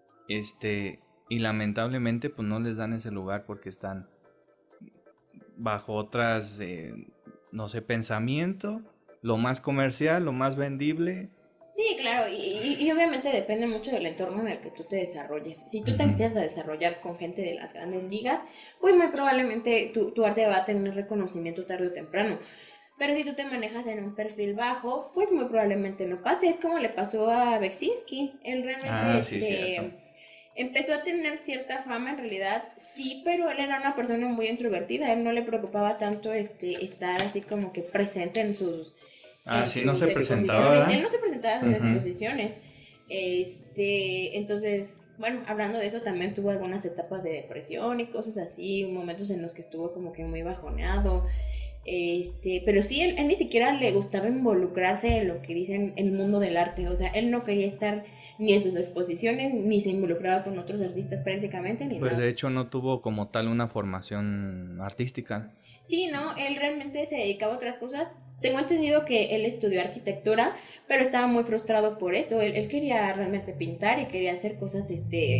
Y lamentablemente pues no les dan ese lugar porque están bajo otras, no sé, pensamiento, lo más comercial, lo más vendible. Sí, claro, y obviamente depende mucho del entorno en el que tú te desarrolles. Si tú te empiezas a desarrollar con gente de las grandes ligas, pues muy probablemente tu arte va a tener reconocimiento tarde o temprano. Pero si tú te manejas en un perfil bajo, pues muy probablemente no pase. Es como le pasó a Beksinski. Él realmente empezó a tener cierta fama en realidad, sí, pero él era una persona muy introvertida. Él no le preocupaba tanto estar así como que presente en sus... sí, no se presentaba. Él no se presentaba en sus exposiciones. Entonces, bueno, hablando de eso, también tuvo algunas etapas de depresión y cosas así, momentos en los que estuvo como que muy bajoneado. Pero sí, él ni siquiera le gustaba involucrarse en lo que dicen el mundo del arte. O sea, él no quería estar ni en sus exposiciones, ni se involucraba con otros artistas prácticamente, ni pues nada. De hecho no tuvo como tal una formación artística. Sí, no, él realmente se dedicaba a otras cosas. Tengo entendido que él estudió arquitectura, pero estaba muy frustrado por eso. Él quería realmente pintar y quería hacer cosas,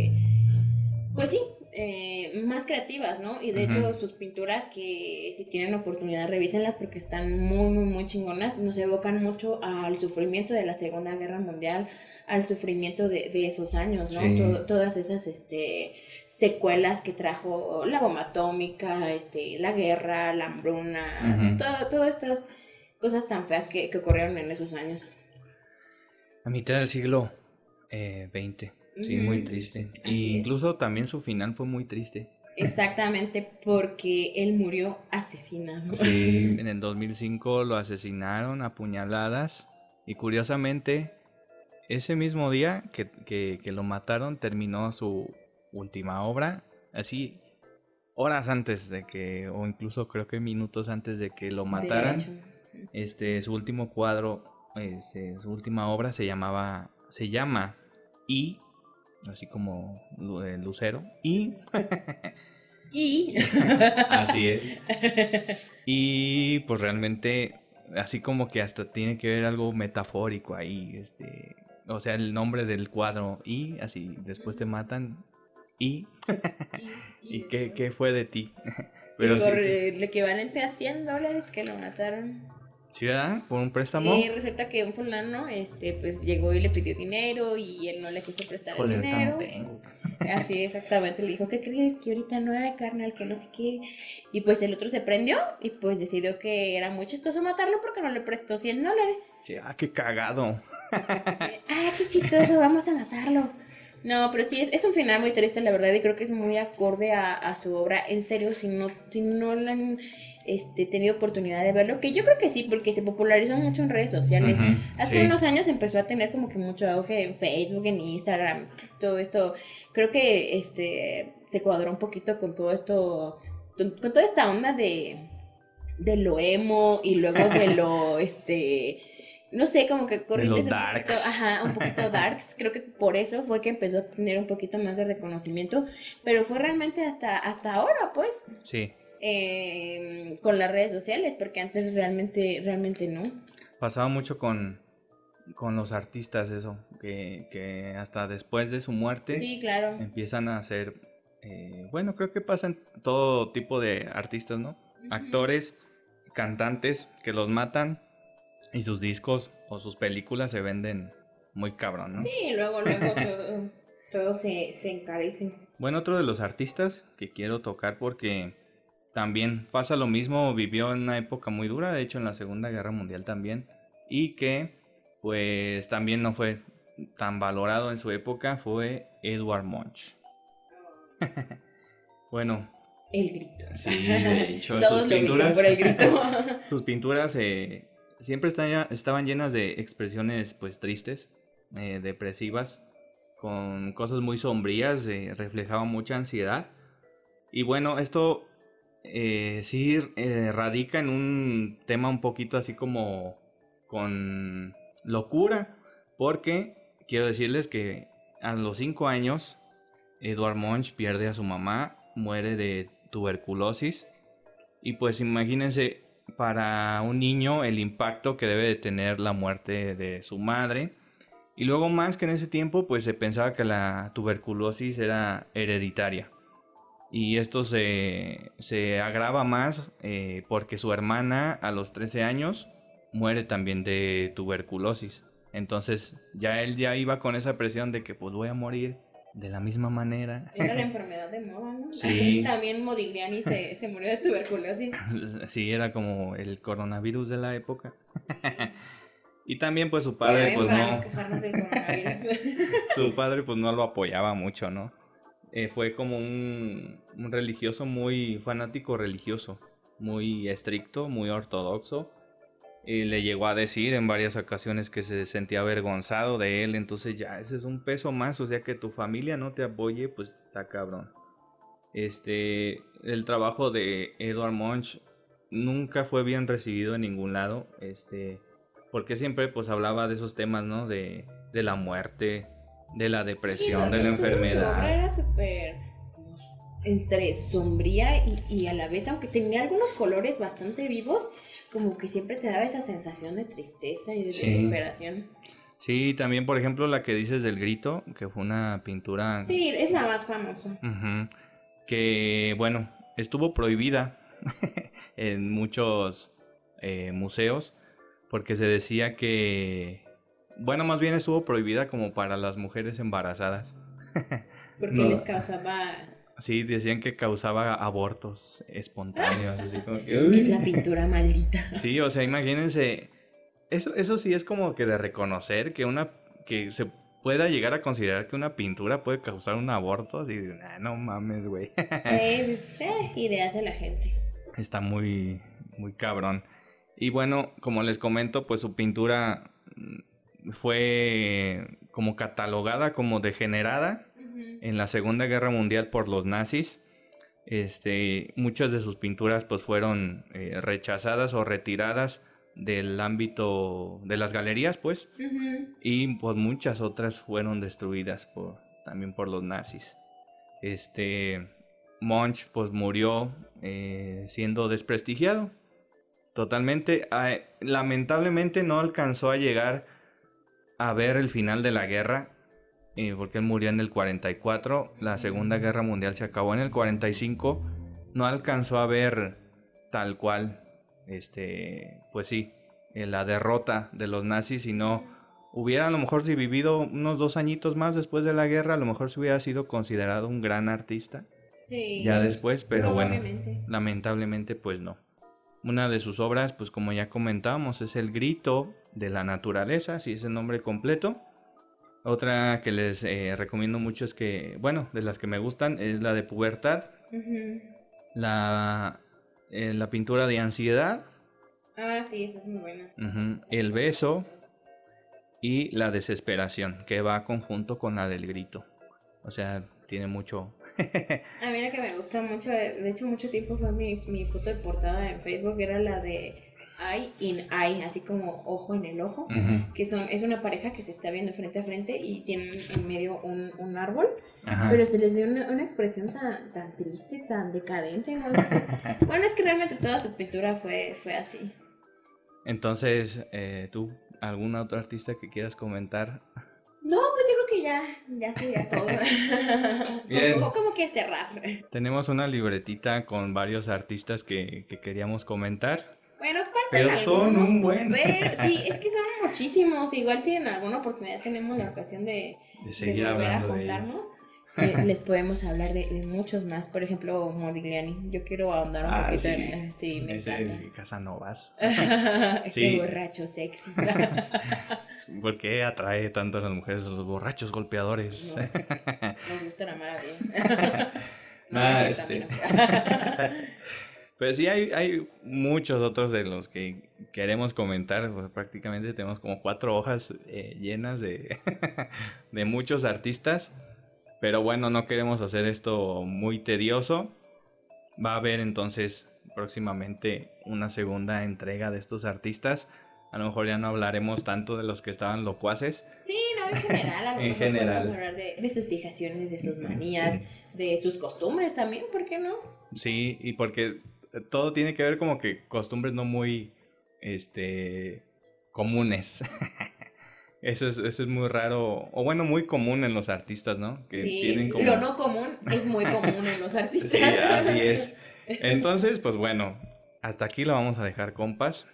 pues sí, más creativas, ¿no? Y de hecho sus pinturas, que si tienen oportunidad revísenlas porque están muy, muy, muy chingonas, nos evocan mucho al sufrimiento de la Segunda Guerra Mundial, al sufrimiento de esos años, ¿no? Sí. Todas esas secuelas que trajo la bomba atómica, la guerra, la hambruna, todas estas cosas tan feas que ocurrieron en esos años. A mitad del siglo XX. Sí, muy triste. Y incluso también su final fue muy triste. Exactamente, porque él murió asesinado. Sí, en el 2005 lo asesinaron a puñaladas. Y curiosamente, ese mismo día que lo mataron, terminó su última obra. Así, horas antes de que, o incluso creo que minutos antes de que lo mataran. Su último cuadro, su última obra se llama Y, así como Lucero, y así es. Y pues realmente así como que hasta tiene que ver algo metafórico ahí, o sea, el nombre del cuadro, y así después te matan y qué fue de ti. Pero y por el equivalente a $100 que lo mataron. ¿Sí, verdad? ¿Por un préstamo? Resulta que un fulano, pues llegó y le pidió dinero y él no le quiso prestar el dinero. No tengo. Así exactamente, le dijo, ¿qué crees? Que ahorita no hay, carnal, que no sé qué. Y pues el otro se prendió y pues decidió que era muy chistoso matarlo porque no le prestó $100. Sí, qué cagado. Qué chistoso, vamos a matarlo. No, pero sí, es un final muy triste, la verdad, y creo que es muy acorde a su obra. En serio, si no la han tenido oportunidad de verlo, que yo creo que sí, porque se popularizó mucho en redes sociales. Hace unos años empezó a tener como que mucho auge en Facebook, en Instagram, todo esto. Creo que se cuadró un poquito con todo esto, con toda esta onda de lo emo y luego de lo no sé, como que De corrientes los darks. un poquito darks. Creo que por eso fue que empezó a tener un poquito más de reconocimiento, pero fue realmente hasta ahora, pues, Sí. con las redes sociales, porque antes realmente no. Pasaba mucho con los artistas eso, que hasta después de su muerte Sí, claro. empiezan a hacer, bueno, creo que pasa en todo tipo de artistas, ¿no? Actores, cantantes que los matan y sus discos o sus películas se venden muy cabrón, ¿no? Sí, luego todo se encarece. Bueno, otro de los artistas que quiero tocar porque también pasa lo mismo, vivió en una época muy dura, de hecho en la Segunda Guerra Mundial también, y que pues también no fue tan valorado en su época, fue Edvard Munch. Bueno, El grito. sí, de hecho, Todos sus lo ubican pinturas, por el grito. sus pinturas siempre estaban llenas de expresiones pues tristes, depresivas, con cosas muy sombrías, reflejaba mucha ansiedad. Y bueno, esto sí radica en un tema un poquito así como con locura, porque quiero decirles que a los 5 años Edvard Munch pierde a su mamá, muere de tuberculosis, y pues imagínense para un niño el impacto que debe de tener la muerte de su madre. Y luego más que en ese tiempo pues se pensaba que la tuberculosis era hereditaria. Y esto se agrava más porque su hermana a los 13 años muere también de tuberculosis. Entonces él ya iba con esa presión de que pues voy a morir de la misma manera. Era la enfermedad de moda, ¿no? Sí. También Modigliani se murió de tuberculosis. Sí, era como el coronavirus de la época. Y también pues su padre pues no. Su padre pues no lo apoyaba mucho, ¿no? Fue como un religioso muy fanático religioso, muy estricto, muy ortodoxo. Le llegó a decir en varias ocasiones que se sentía avergonzado de él, entonces ya ese es un peso más, o sea que tu familia no te apoye, pues está cabrón. El trabajo de Edvard Munch nunca fue bien recibido en ningún lado, porque siempre pues hablaba de esos temas, ¿no? De la muerte, de la depresión, de la enfermedad. Su obra era súper entre sombría y a la vez, aunque tenía algunos colores bastante vivos, como que siempre te daba esa sensación de tristeza y de desesperación. Sí, también por ejemplo la que dices del grito, que fue una pintura... Sí, es la más famosa. Que bueno, estuvo prohibida en muchos museos porque se decía que... Bueno, más bien estuvo prohibida como para las mujeres embarazadas. Porque les causaba... Sí, decían que causaba abortos espontáneos, así como que... Es la pintura maldita. Sí, o sea, imagínense, eso sí es como que de reconocer que se pueda llegar a considerar que una pintura puede causar un aborto, así de, no mames, güey. Es ideas de la gente. Está muy, muy cabrón. Y bueno, como les comento, pues su pintura fue como catalogada como degenerada en la Segunda Guerra Mundial por los nazis. Muchas de sus pinturas pues fueron rechazadas o retiradas del ámbito de las galerías, pues, y pues muchas otras fueron destruidas también por los nazis. Munch pues murió siendo desprestigiado totalmente. Lamentablemente no alcanzó a llegar a ver el final de la guerra, porque él murió en el 44, la Segunda Guerra Mundial se acabó en el 45, no alcanzó a ver tal cual, pues sí, la derrota de los nazis, sino hubiera a lo mejor si vivido unos 2 añitos más después de la guerra, a lo mejor se hubiera sido considerado un gran artista, ya después, pero bueno, lamentablemente pues no. Una de sus obras, pues como ya comentábamos, es El grito de la naturaleza, así es el nombre completo. Otra que les recomiendo mucho es que, bueno, de las que me gustan, es la de Pubertad. La pintura de Ansiedad. Ah, sí, esa es muy buena. El beso y la desesperación, que va conjunto con la del grito. O sea, tiene mucho... A mí la que me gusta mucho, de hecho mucho tiempo fue mi foto de portada en Facebook, era la de eye in eye, así como ojo en el ojo, que es una pareja que se está viendo frente a frente y tienen en medio un árbol, pero se les ve una expresión tan triste, tan decadente, no sé. Bueno, es que realmente toda su pintura fue así. Entonces, ¿tú, alguna otra artista que quieras comentar? No, pues yo creo que ya sería todo. ¿Cómo quieres cerrar? Tenemos una libretita con varios artistas que queríamos comentar. Bueno, faltan pero algunos, son un buen. Pero sí, es que son muchísimos. Igual si en alguna oportunidad tenemos la ocasión de seguir volver a hablando juntarnos, les podemos hablar de muchos más. Por ejemplo, Modigliani. Yo quiero ahondar un poquito sí. en... Sí, me encanta. Casanovas. Ese borracho sexy. ¿Por qué atrae tanto a las mujeres los borrachos golpeadores? Nos gustan amar a bien. Pues sí, hay muchos otros de los que queremos comentar. Pues prácticamente tenemos como 4 hojas llenas de muchos artistas. Pero bueno, no queremos hacer esto muy tedioso. Va a haber entonces próximamente una segunda entrega de estos artistas. A lo mejor ya no hablaremos tanto de los que estaban locuaces. Sí, no, en general. A lo mejor podemos hablar de sus fijaciones, de sus manías, de sus costumbres también, ¿por qué no? Sí, y porque todo tiene que ver como que costumbres no muy comunes. Eso es muy raro, o bueno, muy común en los artistas, ¿no? Que sí, tienen como... lo no común es muy común en los artistas. Sí, así es. Entonces, pues bueno, hasta aquí lo vamos a dejar, compas.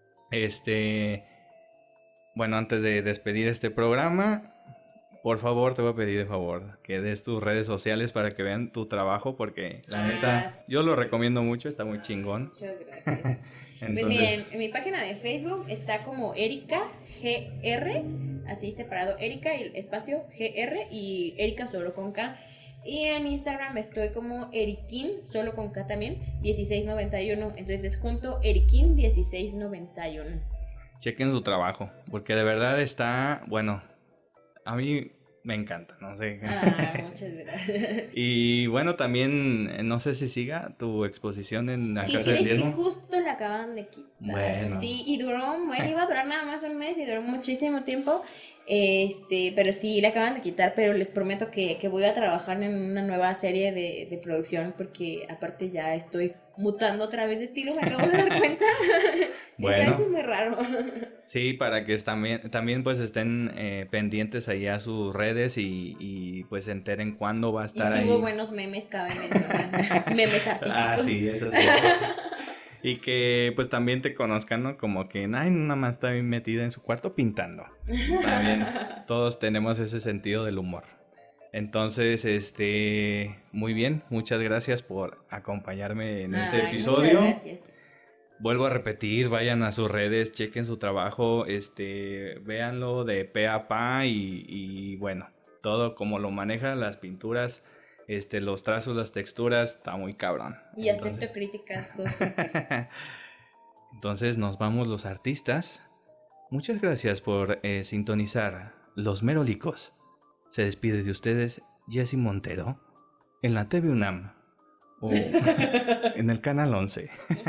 Bueno, antes de despedir este programa, por favor, te voy a pedir de favor que des tus redes sociales para que vean tu trabajo, porque la neta, yo lo recomiendo mucho, está muy chingón. Muchas gracias. Entonces... Pues miren, en mi página de Facebook está como Erika GR, así separado, Erika y el espacio GR y Erika solo con K. Y en Instagram estoy como Erikin, solo con K también, 1691. Entonces es junto Erikin 1691. Chequen su trabajo, porque de verdad está, bueno, a mí me encanta, no sé. Muchas gracias. Y bueno, también, no sé si siga tu exposición en la Casa del Diezmo. Que justo la acaban de quitar. Bueno. Sí, y duró, iba a durar nada más un mes y duró muchísimo tiempo. Pero sí, la acaban de quitar, pero les prometo que voy a trabajar en una nueva serie de producción, porque aparte ya estoy mutando otra vez de estilo, me acabo de dar cuenta. Bueno. Eso es muy raro. Sí, para que también pues estén pendientes ahí a sus redes y pues se enteren cuándo va a estar ahí. Y subo buenos memes, cabe mencionar. Memes artísticos. Sí, eso sí. Y que pues también te conozcan, ¿no? Como que nada más está bien metida en su cuarto pintando. También todos tenemos ese sentido del humor. Entonces, muy bien, muchas gracias por acompañarme en este episodio. Muchas gracias. Vuelvo a repetir, vayan a sus redes, chequen su trabajo, véanlo de pe a pa y bueno, todo como lo maneja, las pinturas, los trazos, las texturas, está muy cabrón. Y acepto críticas, Gozo. Entonces nos vamos los artistas. Muchas gracias por sintonizar Los Merolicos. Se despide de ustedes Jessy Montero en la TV UNAM o en el Canal 11.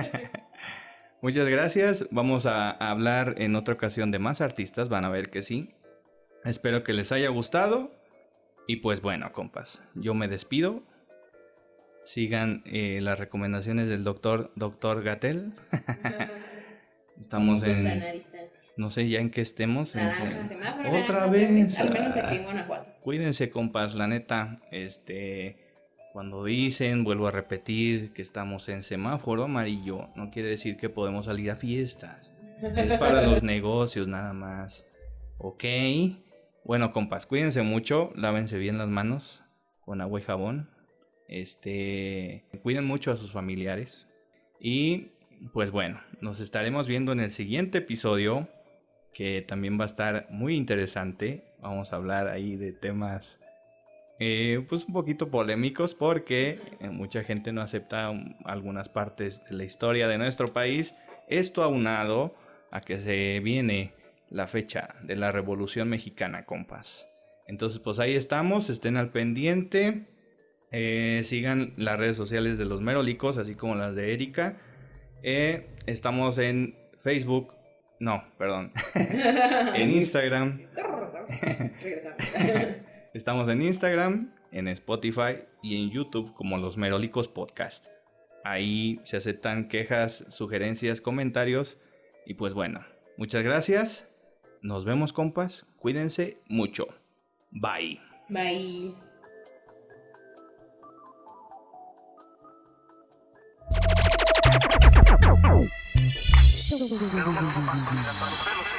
Muchas gracias. Vamos a hablar en otra ocasión de más artistas. Van a ver que sí. Espero que les haya gustado. Y pues bueno, compas, yo me despido. Sigan las recomendaciones del doctor Gatell. Estamos en... sana distancia. No sé ya en qué estemos. Semáforo, otra vez. Al menos aquí en Guanajuato. Cuídense, compas, la neta. Cuando dicen, vuelvo a repetir, que estamos en semáforo amarillo, no quiere decir que podemos salir a fiestas. Es para los negocios nada más. Ok. Bueno, compas, cuídense mucho. Lávense bien las manos con agua y jabón. Cuiden mucho a sus familiares. Y pues bueno, nos estaremos viendo en el siguiente episodio, que también va a estar muy interesante. Vamos a hablar ahí de temas pues un poquito polémicos, porque mucha gente no acepta algunas partes de la historia de nuestro país. Esto aunado a que se viene la fecha de la Revolución Mexicana, compas. Entonces pues ahí estamos, estén al pendiente. Sigan las redes sociales de Los Merolicos, así como las de Erika. Estamos en Facebook, no, perdón, en Instagram. Regresamos. Estamos en Instagram, en Spotify y en YouTube como Los Merolicos Podcast. Ahí se aceptan quejas, sugerencias, comentarios. Y pues bueno, muchas gracias. Nos vemos, compas. Cuídense mucho. Bye. Bye. Pero